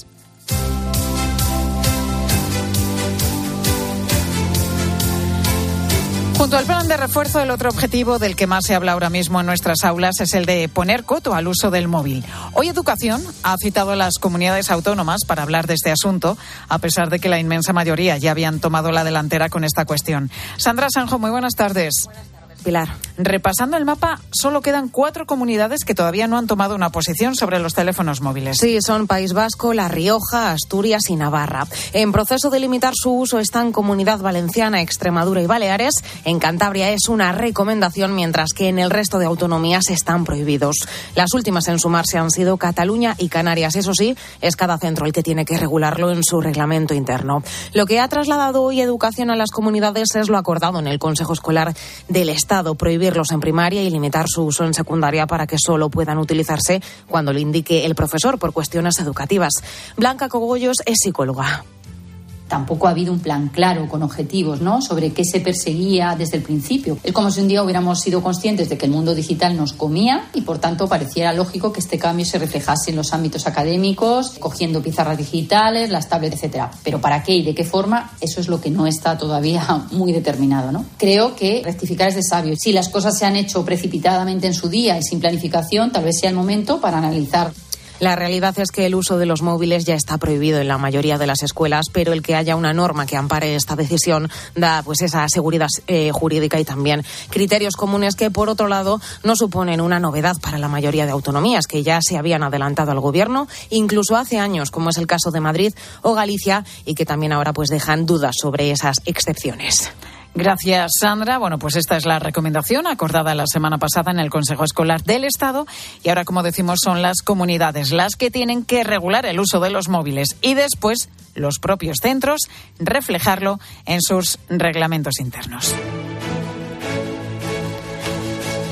Junto al plan de refuerzo, el otro objetivo del que más se habla ahora mismo en nuestras aulas es el de poner coto al uso del móvil. Hoy Educación ha citado a las comunidades autónomas para hablar de este asunto, a pesar de que la inmensa mayoría ya habían tomado la delantera con esta cuestión. Sandra Sanjo, muy buenas tardes. Pilar. Repasando el mapa, solo quedan 4 comunidades que todavía no han tomado una posición sobre los teléfonos móviles. Sí, son País Vasco, La Rioja, Asturias y Navarra. En proceso de limitar su uso están Comunidad Valenciana, Extremadura y Baleares. En Cantabria es una recomendación, mientras que en el resto de autonomías están prohibidos. Las últimas en sumarse han sido Cataluña y Canarias. Eso sí, es cada centro el que tiene que regularlo en su reglamento interno. Lo que ha trasladado hoy Educación a las comunidades es lo acordado en el Consejo Escolar del Estado, prohibirlos en primaria y limitar su uso en secundaria para que solo puedan utilizarse cuando lo indique el profesor por cuestiones educativas. Blanca Cogollos es psicóloga. Tampoco ha habido un plan claro, con objetivos, ¿no?, sobre qué se perseguía desde el principio. Es como si un día hubiéramos sido conscientes de que el mundo digital nos comía y, por tanto, pareciera lógico que este cambio se reflejase en los ámbitos académicos, cogiendo pizarras digitales, las tablets, etcétera. Pero ¿para qué y de qué forma? Eso es lo que no está todavía muy determinado, ¿no? Creo que rectificar es de sabio. Si las cosas se han hecho precipitadamente en su día y sin planificación, tal vez sea el momento para analizar. La realidad es que el uso de los móviles ya está prohibido en la mayoría de las escuelas, pero el que haya una norma que ampare esta decisión da pues esa seguridad jurídica y también criterios comunes que, por otro lado, no suponen una novedad para la mayoría de autonomías que ya se habían adelantado al Gobierno, incluso hace años, como es el caso de Madrid o Galicia, y que también ahora pues dejan dudas sobre esas excepciones. Gracias, Sandra. Bueno, pues esta es la recomendación acordada la semana pasada en el Consejo Escolar del Estado y ahora, como decimos, son las comunidades las que tienen que regular el uso de los móviles y después los propios centros reflejarlo en sus reglamentos internos.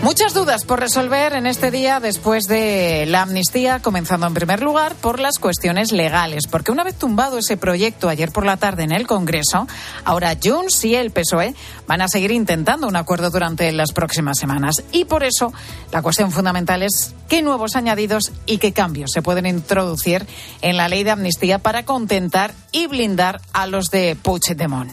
Muchas dudas por resolver en este día después de la amnistía, comenzando en primer lugar por las cuestiones legales, porque una vez tumbado ese proyecto ayer por la tarde en el Congreso, ahora Junts y el PSOE van a seguir intentando un acuerdo durante las próximas semanas. Y por eso la cuestión fundamental es qué nuevos añadidos y qué cambios se pueden introducir en la ley de amnistía para contentar y blindar a los de Puigdemont.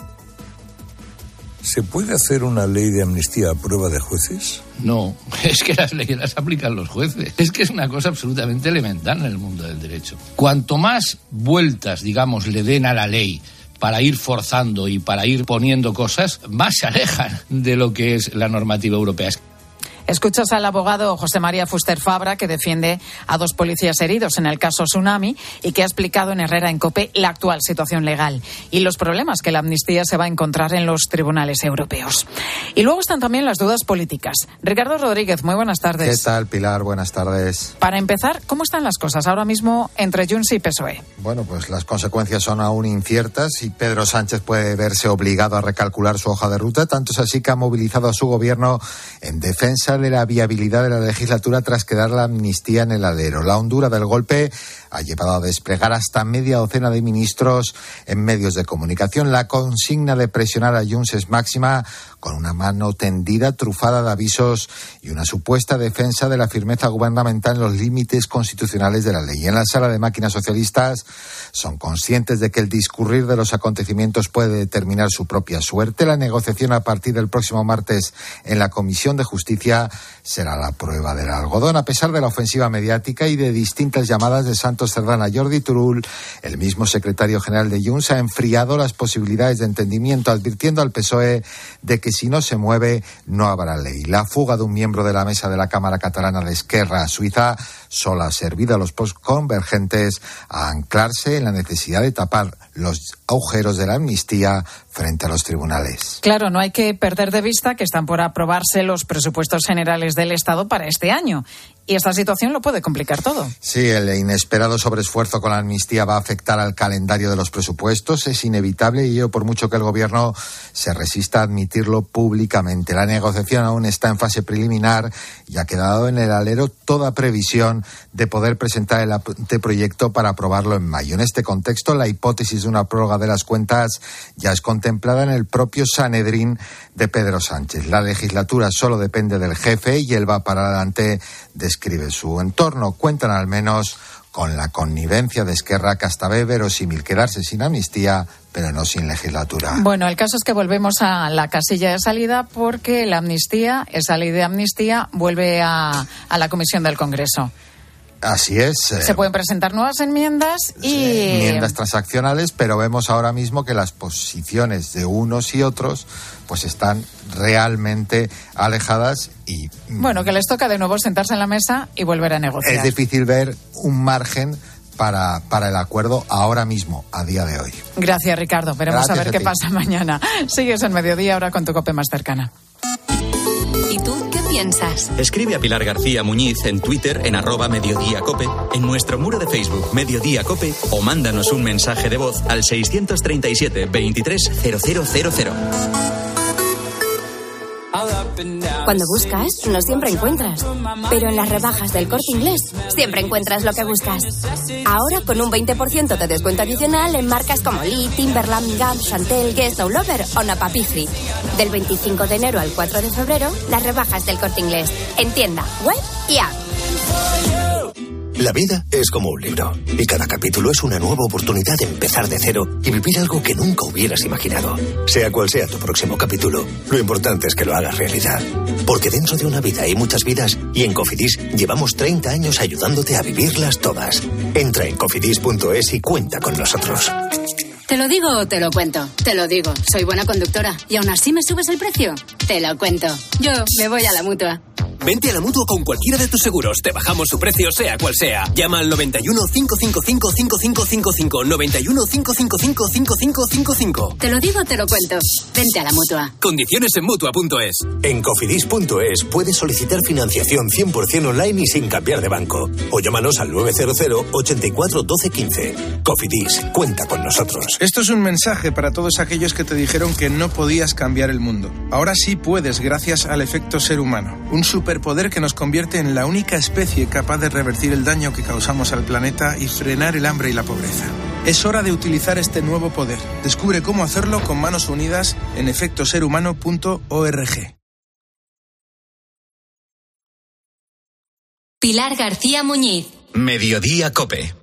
¿Se puede hacer una ley de amnistía a prueba de jueces? No, es que las leyes las aplican los jueces. Es que es una cosa absolutamente elemental en el mundo del derecho. Cuanto más vueltas, digamos, le den a la ley para ir forzando y para ir poniendo cosas, más se alejan de lo que es la normativa europea. Escuchas al abogado José María Fuster Fabra, que defiende a 2 policías heridos en el caso Tsunami y que ha explicado en Herrera en COPE la actual situación legal y los problemas que la amnistía se va a encontrar en los tribunales europeos. Y luego están también las dudas políticas. Ricardo Rodríguez, muy buenas tardes. ¿Qué tal, Pilar? Buenas tardes. Para empezar, ¿cómo están las cosas ahora mismo entre Junts y PSOE? Bueno, pues las consecuencias son aún inciertas y Pedro Sánchez puede verse obligado a recalcular su hoja de ruta. Tanto es así que ha movilizado a su gobierno en defensa de la viabilidad de la legislatura tras quedar la amnistía en el alero. La hondura del golpe ha llevado a desplegar hasta media docena de ministros en medios de comunicación. La consigna de presionar a Junts es máxima, con una mano tendida, trufada de avisos y una supuesta defensa de la firmeza gubernamental en los límites constitucionales de la ley. En la sala de máquinas socialistas son conscientes de que el discurrir de los acontecimientos puede determinar su propia suerte. La negociación a partir del próximo martes en la Comisión de Justicia será la prueba del algodón. A pesar de la ofensiva mediática y de distintas llamadas de Santos Cerdán a Jordi Turull, el mismo secretario general de Junts ha enfriado las posibilidades de entendimiento, advirtiendo al PSOE de que si no se mueve, no habrá ley. La fuga de un miembro de la mesa de la Cámara Catalana de Esquerra a Suiza solo ha servido a los postconvergentes a anclarse en la necesidad de tapar los agujeros de la amnistía frente a los tribunales. Claro, no hay que perder de vista que están por aprobarse los presupuestos generales del Estado para este año. Y esta situación lo puede complicar todo. Sí, el inesperado sobreesfuerzo con la amnistía va a afectar al calendario de los presupuestos. Es inevitable y ello por mucho que el Gobierno se resista a admitirlo públicamente. La negociación aún está en fase preliminar y ha quedado en el alero toda previsión de poder presentar el anteproyecto para aprobarlo en mayo. En este contexto, la hipótesis de una prórroga de las cuentas ya es contemplada en el propio Sanedrín de Pedro Sánchez. La legislatura solo depende del jefe y él va para adelante, describe su entorno. Cuentan al menos con la connivencia de Esquerra, que hasta ve verosímil quedarse sin amnistía, pero no sin legislatura. Bueno, el caso es que volvemos a la casilla de salida porque la amnistía, esa ley de amnistía, vuelve a la Comisión del Congreso. Así es. Se pueden presentar nuevas enmiendas y... enmiendas transaccionales, pero vemos ahora mismo que las posiciones de unos y otros pues están realmente alejadas y... Bueno, que les toca de nuevo sentarse en la mesa y volver a negociar. Es difícil ver un margen para el acuerdo ahora mismo, a día de hoy. Gracias, Ricardo. Veremos a ver qué pasa mañana. Sigues en Mediodía ahora con tu COPE más cercana. ¿Y tú qué piensas? Escribe a Pilar García Muñiz en Twitter en @mediodíacope, en nuestro muro de Facebook Mediodía Cope o mándanos un mensaje de voz al 637 23 0000. Cuando buscas, no siempre encuentras. Pero en las rebajas del Corte Inglés, siempre encuentras lo que buscas. Ahora con un 20% de descuento adicional en marcas como Lee, Timberland, Gap, Chantel, Guess, No Lover o Napa Pifri. Del 25 de enero al 4 de febrero, las rebajas del Corte Inglés. En tienda, web y app. La vida es como un libro y cada capítulo es una nueva oportunidad de empezar de cero y vivir algo que nunca hubieras imaginado. Sea cual sea tu próximo capítulo, lo importante es que lo hagas realidad. Porque dentro de una vida hay muchas vidas y en Cofidis llevamos 30 años ayudándote a vivirlas todas. Entra en cofidis.es y cuenta con nosotros. ¿Te lo digo o te lo cuento? Te lo digo, soy buena conductora y aún así me subes el precio. Te lo cuento. Yo me voy a la Mutua. Vente a la Mutua con cualquiera de tus seguros. Te bajamos su precio, sea cual sea. Llama al 91 555 5555. 91 555 5555. Te lo digo, te lo cuento. Vente a la Mutua. Condiciones en Mutua.es. En Cofidis.es puedes solicitar financiación 100% online y sin cambiar de banco. O llámanos al 900 84 12 15. Cofidis, cuenta con nosotros. Esto es un mensaje para todos aquellos que te dijeron que no podías cambiar el mundo. Ahora sí puedes, gracias al efecto ser humano. Un superpoder que nos convierte en la única especie capaz de revertir el daño que causamos al planeta y frenar el hambre y la pobreza. Es hora de utilizar este nuevo poder. Descubre cómo hacerlo con manos unidas en efectoserhumano.org. Pilar García Muñiz. Mediodía COPE.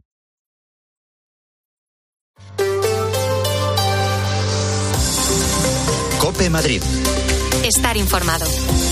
COPE Madrid. Estar informado.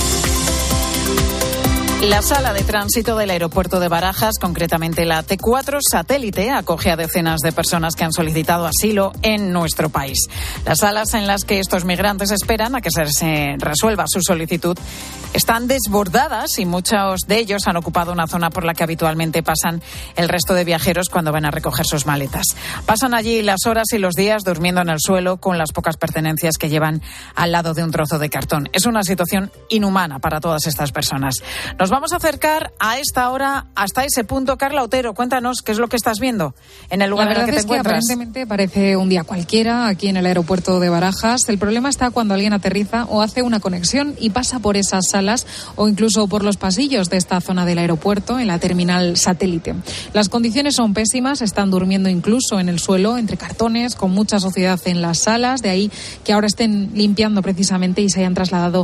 La sala de tránsito del aeropuerto de Barajas, concretamente la T4 Satélite, acoge a decenas de personas que han solicitado asilo en nuestro país. Las salas en las que estos migrantes esperan a que se resuelva su solicitud están desbordadas y muchos de ellos han ocupado una zona por la que habitualmente pasan el resto de viajeros cuando van a recoger sus maletas. Pasan allí las horas y los días durmiendo en el suelo con las pocas pertenencias que llevan al lado de un trozo de cartón. Es una situación inhumana para todas estas personas. Nos vamos a acercar a esta hora hasta ese punto. Carla Otero, cuéntanos qué es lo que estás viendo en el lugar en el que te encuentras. La verdad es que aparentemente parece un día cualquiera aquí en el aeropuerto de Barajas. El problema está cuando alguien aterriza o hace una conexión y pasa por esas salas o incluso por los pasillos de esta zona del aeropuerto, en la terminal Satélite. Las condiciones son pésimas, están durmiendo incluso en el suelo, entre cartones, con mucha suciedad en las salas, de ahí que ahora estén limpiando precisamente y los hayan trasladado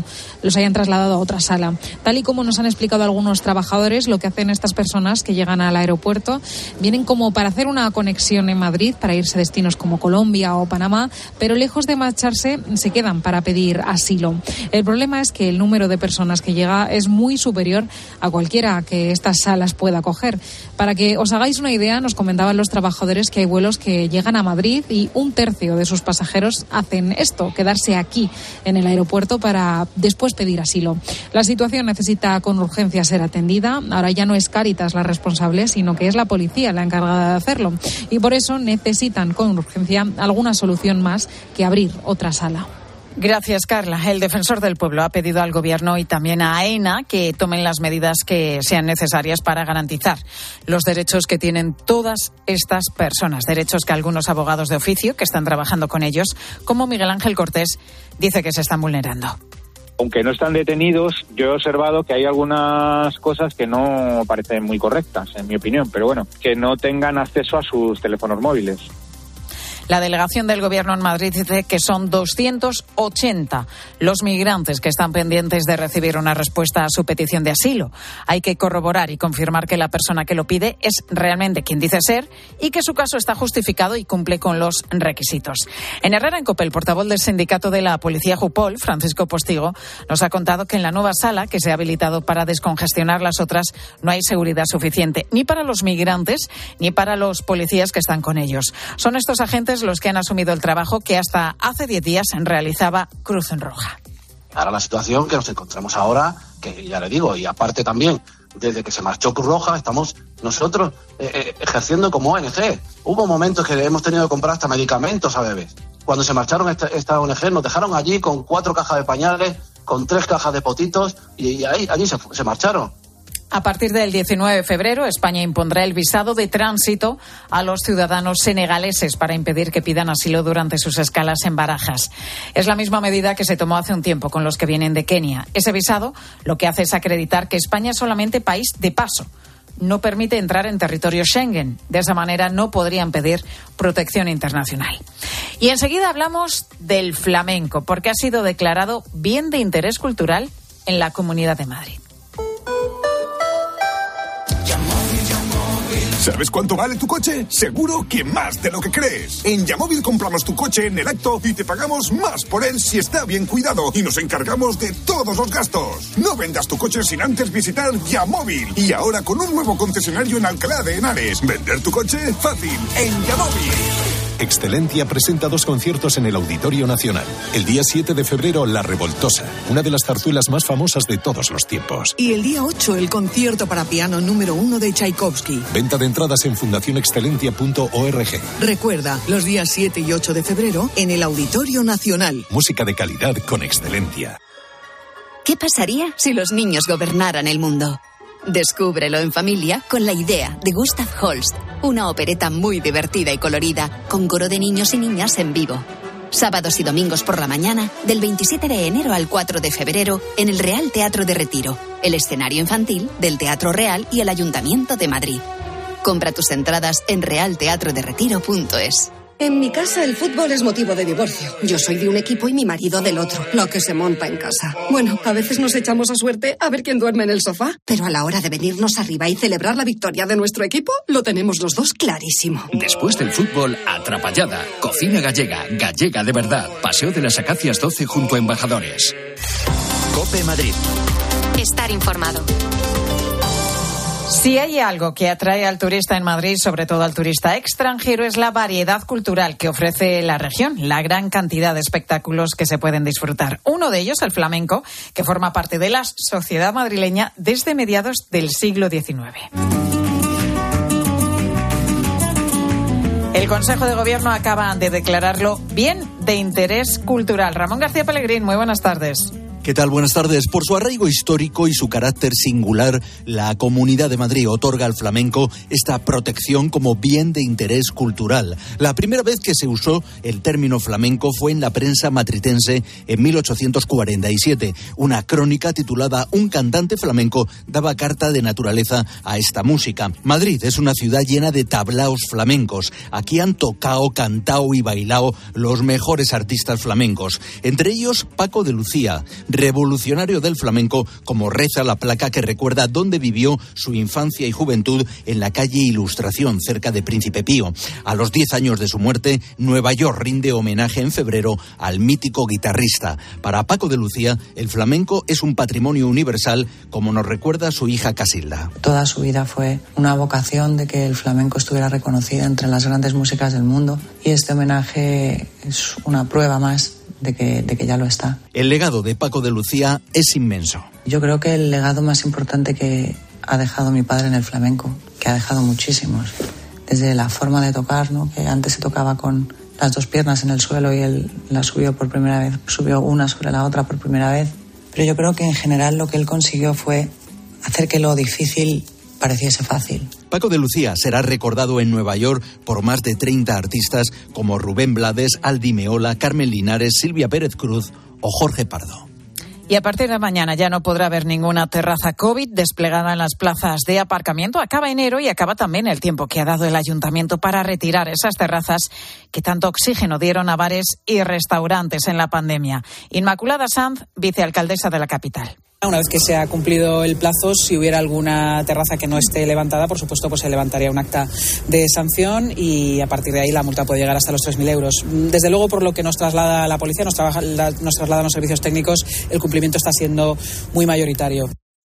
a otra sala. Tal y como nos han explicado algunos trabajadores, lo que hacen estas personas que llegan al aeropuerto, vienen como para hacer una conexión en Madrid, para irse a destinos como Colombia o Panamá, pero lejos de marcharse, se quedan para pedir asilo. El problema es que el número de personas que llega es muy superior a cualquiera que estas salas pueda acoger. Para que os hagáis una idea, nos comentaban los trabajadores que hay vuelos que llegan a Madrid y 1/3 de sus pasajeros hacen esto, quedarse aquí en el aeropuerto para después pedir asilo. La situación necesita con urgencia ser atendida. Ahora ya no es Cáritas la responsable, sino que es la policía la encargada de hacerlo. Y por eso necesitan con urgencia alguna solución más que abrir otra sala. Gracias, Carla. El defensor del pueblo ha pedido al Gobierno y también a AENA que tomen las medidas que sean necesarias para garantizar los derechos que tienen todas estas personas, derechos que algunos abogados de oficio que están trabajando con ellos, como Miguel Ángel Cortés, dice que se están vulnerando. Aunque no están detenidos, yo he observado que hay algunas cosas que no parecen muy correctas, en mi opinión, pero bueno, que no tengan acceso a sus teléfonos móviles. La delegación del Gobierno en Madrid dice que son 280 los migrantes que están pendientes de recibir una respuesta a su petición de asilo. Hay que corroborar y confirmar que la persona que lo pide es realmente quien dice ser y que su caso está justificado y cumple con los requisitos. En Herrera en COPE, el portavoz del sindicato de la Policía Jupol, Francisco Postigo, nos ha contado que en la nueva sala que se ha habilitado para descongestionar las otras no hay seguridad suficiente ni para los migrantes ni para los policías que están con ellos. Son estos agentes los que han asumido el trabajo que hasta hace 10 días realizaba Cruz Roja. Ahora la situación que nos encontramos ahora, que ya le digo, y aparte también, desde que se marchó Cruz Roja, estamos nosotros ejerciendo como ONG. Hubo momentos que hemos tenido que comprar hasta medicamentos a bebés. Cuando se marcharon esta ONG, nos dejaron allí con 4 cajas de pañales, con 3 cajas de potitos, y allí se marcharon. A partir del 19 de febrero, España impondrá el visado de tránsito a los ciudadanos senegaleses para impedir que pidan asilo durante sus escalas en Barajas. Es la misma medida que se tomó hace un tiempo con los que vienen de Kenia. Ese visado lo que hace es acreditar que España es solamente país de paso. No permite entrar en territorio Schengen. De esa manera no podrían pedir protección internacional. Y enseguida hablamos del flamenco, porque ha sido declarado bien de interés cultural en la Comunidad de Madrid. ¿Sabes cuánto vale tu coche? Seguro que más de lo que crees. En Yamóvil compramos tu coche en el acto y te pagamos más por él si está bien cuidado y nos encargamos de todos los gastos. No vendas tu coche sin antes visitar Yamóvil. Y ahora con un nuevo concesionario en Alcalá de Henares. Vender tu coche fácil en Yamóvil. Excelentia presenta 2 conciertos en el Auditorio Nacional. El día 7 de febrero, La Revoltosa, una de las zarzuelas más famosas de todos los tiempos. Y el día 8, el concierto para piano número 1 de Tchaikovsky. Venta de entradas en fundacionexcelentia.org. Recuerda, los días 7 y 8 de febrero, en el Auditorio Nacional. Música de calidad con Excelentia. ¿Qué pasaría si los niños gobernaran el mundo? Descúbrelo en familia con La idea de Gustav Holst, una opereta muy divertida y colorida, con coro de niños y niñas en vivo. Sábados y domingos por la mañana, del 27 de enero al 4 de febrero, en el Real Teatro de Retiro, el escenario infantil del Teatro Real y el Ayuntamiento de Madrid. Compra tus entradas en realteatroderetiro.es. En mi casa el fútbol es motivo de divorcio. Yo soy de un equipo y mi marido del otro. Lo que se monta en casa. Bueno, a veces nos echamos a suerte a ver quién duerme en el sofá. Pero a la hora de venirnos arriba y celebrar la victoria de nuestro equipo, lo tenemos los dos clarísimo. Después del fútbol, atrapallada. Cocina gallega, gallega de verdad. Paseo de las Acacias 12 junto a Embajadores. COPE Madrid. Estar informado. Si hay algo que atrae al turista en Madrid, sobre todo al turista extranjero, es la variedad cultural que ofrece la región, la gran cantidad de espectáculos que se pueden disfrutar. Uno de ellos, el flamenco, que forma parte de la sociedad madrileña desde mediados del siglo XIX. El Consejo de Gobierno acaba de declararlo bien de interés cultural. Ramón García Pellegrín, muy buenas tardes. ¿Qué tal? Buenas tardes. Por su arraigo histórico y su carácter singular, la Comunidad de Madrid otorga al flamenco esta protección como bien de interés cultural. La primera vez que se usó el término flamenco fue en la prensa matritense en 1847. Una crónica titulada Un cantante flamenco daba carta de naturaleza a esta música. Madrid es una ciudad llena de tablaos flamencos. Aquí han tocado, cantado y bailado los mejores artistas flamencos. Entre ellos, Paco de Lucía, revolucionario del flamenco, como reza la placa que recuerda dónde vivió su infancia y juventud en la calle Ilustración, cerca de Príncipe Pío. A los 10 años de su muerte, Nueva York rinde homenaje en febrero al mítico guitarrista. Para Paco de Lucía, el flamenco es un patrimonio universal, como nos recuerda su hija Casilda. Toda su vida fue una vocación de que el flamenco estuviera reconocido entre las grandes músicas del mundo, y este homenaje es una prueba más de que ya lo está. El legado de Paco de Lucía es inmenso. Yo creo que el legado más importante que ha dejado mi padre en el flamenco, que ha dejado muchísimos, desde la forma de tocar, ¿no? Que antes se tocaba con las 2 piernas en el suelo y él la subió por primera vez, subió una sobre la otra por primera vez. Pero yo creo que en general lo que él consiguió fue hacer que lo difícil pareciese fácil. Paco de Lucía será recordado en Nueva York por más de 30 artistas como Rubén Blades, Aldi Meola, Carmen Linares, Silvia Pérez Cruz o Jorge Pardo. Y a partir de mañana ya no podrá haber ninguna terraza COVID desplegada en las plazas de aparcamiento. Acaba enero y acaba también el tiempo que ha dado el ayuntamiento para retirar esas terrazas que tanto oxígeno dieron a bares y restaurantes en la pandemia. Inmaculada Sanz, vicealcaldesa de la capital. Una vez que se ha cumplido el plazo, si hubiera alguna terraza que no esté levantada, por supuesto, pues se levantaría un acta de sanción y a partir de ahí la multa puede llegar hasta los 3.000 euros. Desde luego, por lo que nos traslada la policía, nos trasladan los servicios técnicos, el cumplimiento está siendo muy mayoritario.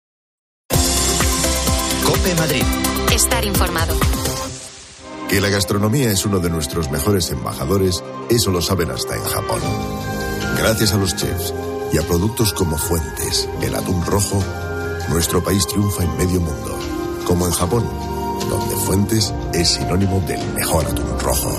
COPE Madrid. Estar informado. Que la gastronomía es uno de nuestros mejores embajadores, eso lo saben hasta en Japón. Gracias a los chefs y a productos como Fuentes, el atún rojo, nuestro país triunfa en medio mundo, como en Japón, donde Fuentes es sinónimo del mejor atún rojo.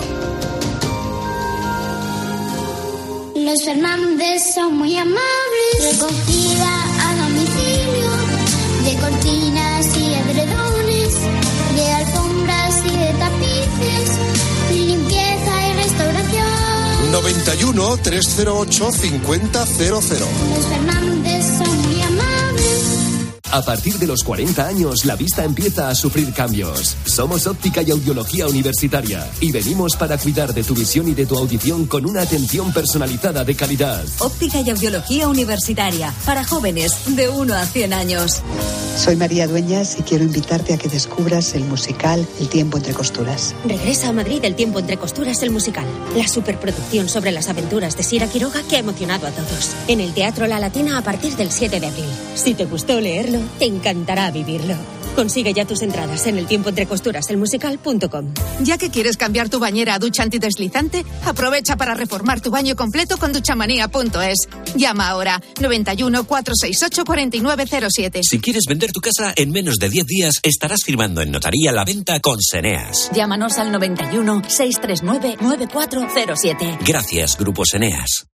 Los Fernández son muy amables, recogida a domicilio, de cortinas y edredones, de alfombras y de tapices, limpieza y restauración. 91 308 5000. Los Fernández son muy amables. A partir de los 40 años, la vista empieza a sufrir cambios. Somos Óptica y Audiología Universitaria y venimos para cuidar de tu visión y de tu audición con una atención personalizada de calidad. Óptica y Audiología Universitaria, para jóvenes de 1 a 100 años. Soy María Dueñas y quiero invitarte a que descubras el musical El tiempo entre costuras. Regresa a Madrid El tiempo entre costuras, el musical. La superproducción sobre las aventuras de Sira Quiroga que ha emocionado a todos. En el Teatro La Latina a partir del 7 de abril. Si te gustó leerlo, te encantará vivirlo. Consigue ya tus entradas en eltiempoentrecosturas.elmusical.com. Ya que quieres cambiar tu bañera a ducha antideslizante, aprovecha para reformar tu baño completo con duchamanía.es. Llama ahora 91 468 4907. Si quieres vender tu casa en menos de 10 días, estarás firmando en notaría la venta con Seneas. Llámanos al 91 639 9407. Gracias, Grupo Seneas.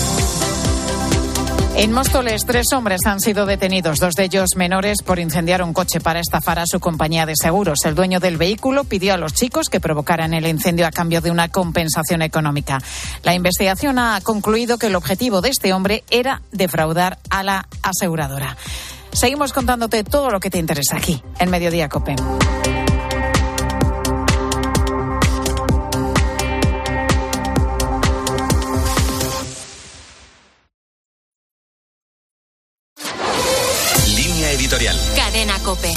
En Móstoles, 3 hombres han sido detenidos, 2 de ellos menores, por incendiar un coche para estafar a su compañía de seguros. El dueño del vehículo pidió a los chicos que provocaran el incendio a cambio de una compensación económica. La investigación ha concluido que el objetivo de este hombre era defraudar a la aseguradora. Seguimos contándote todo lo que te interesa aquí, en Mediodía COPE. Editorial. Cadena COPE.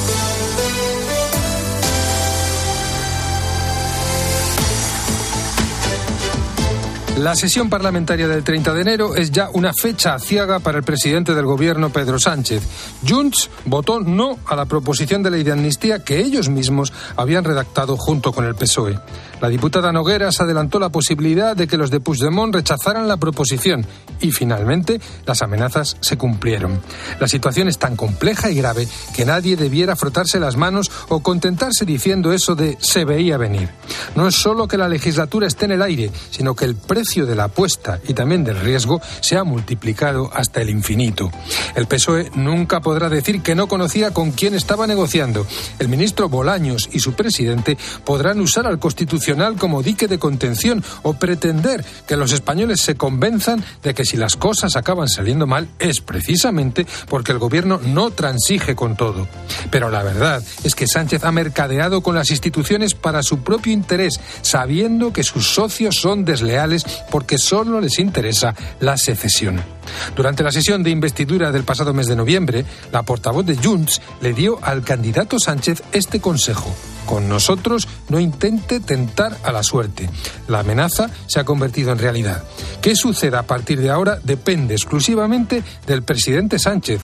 La sesión parlamentaria del 30 de enero es ya una fecha aciaga para el presidente del gobierno, Pedro Sánchez. Junts votó no a la proposición de ley de amnistía que ellos mismos habían redactado junto con el PSOE. La diputada Nogueras adelantó la posibilidad de que los de Puigdemont rechazaran la proposición y finalmente las amenazas se cumplieron. La situación es tan compleja y grave que nadie debiera frotarse las manos o contentarse diciendo eso de se veía venir. No es solo que la legislatura esté en el aire, sino que el precio de la apuesta y también del riesgo se ha multiplicado hasta el infinito. El PSOE nunca podrá decir que no conocía con quién estaba negociando. El ministro Bolaños y su presidente podrán usar al Constitucional como dique de contención o pretender que los españoles se convenzan de que si las cosas acaban saliendo mal es precisamente porque el gobierno no transige con todo. Pero la verdad es que Sánchez ha mercadeado con las instituciones para su propio interés, sabiendo que sus socios son desleales porque solo les interesa la secesión. Durante la sesión de investidura del pasado mes de noviembre, la portavoz de Junts le dio al candidato Sánchez este consejo: con nosotros no intente tentar a la suerte. La amenaza se ha convertido en realidad. ¿Qué suceda a partir de ahora? Depende exclusivamente del presidente Sánchez.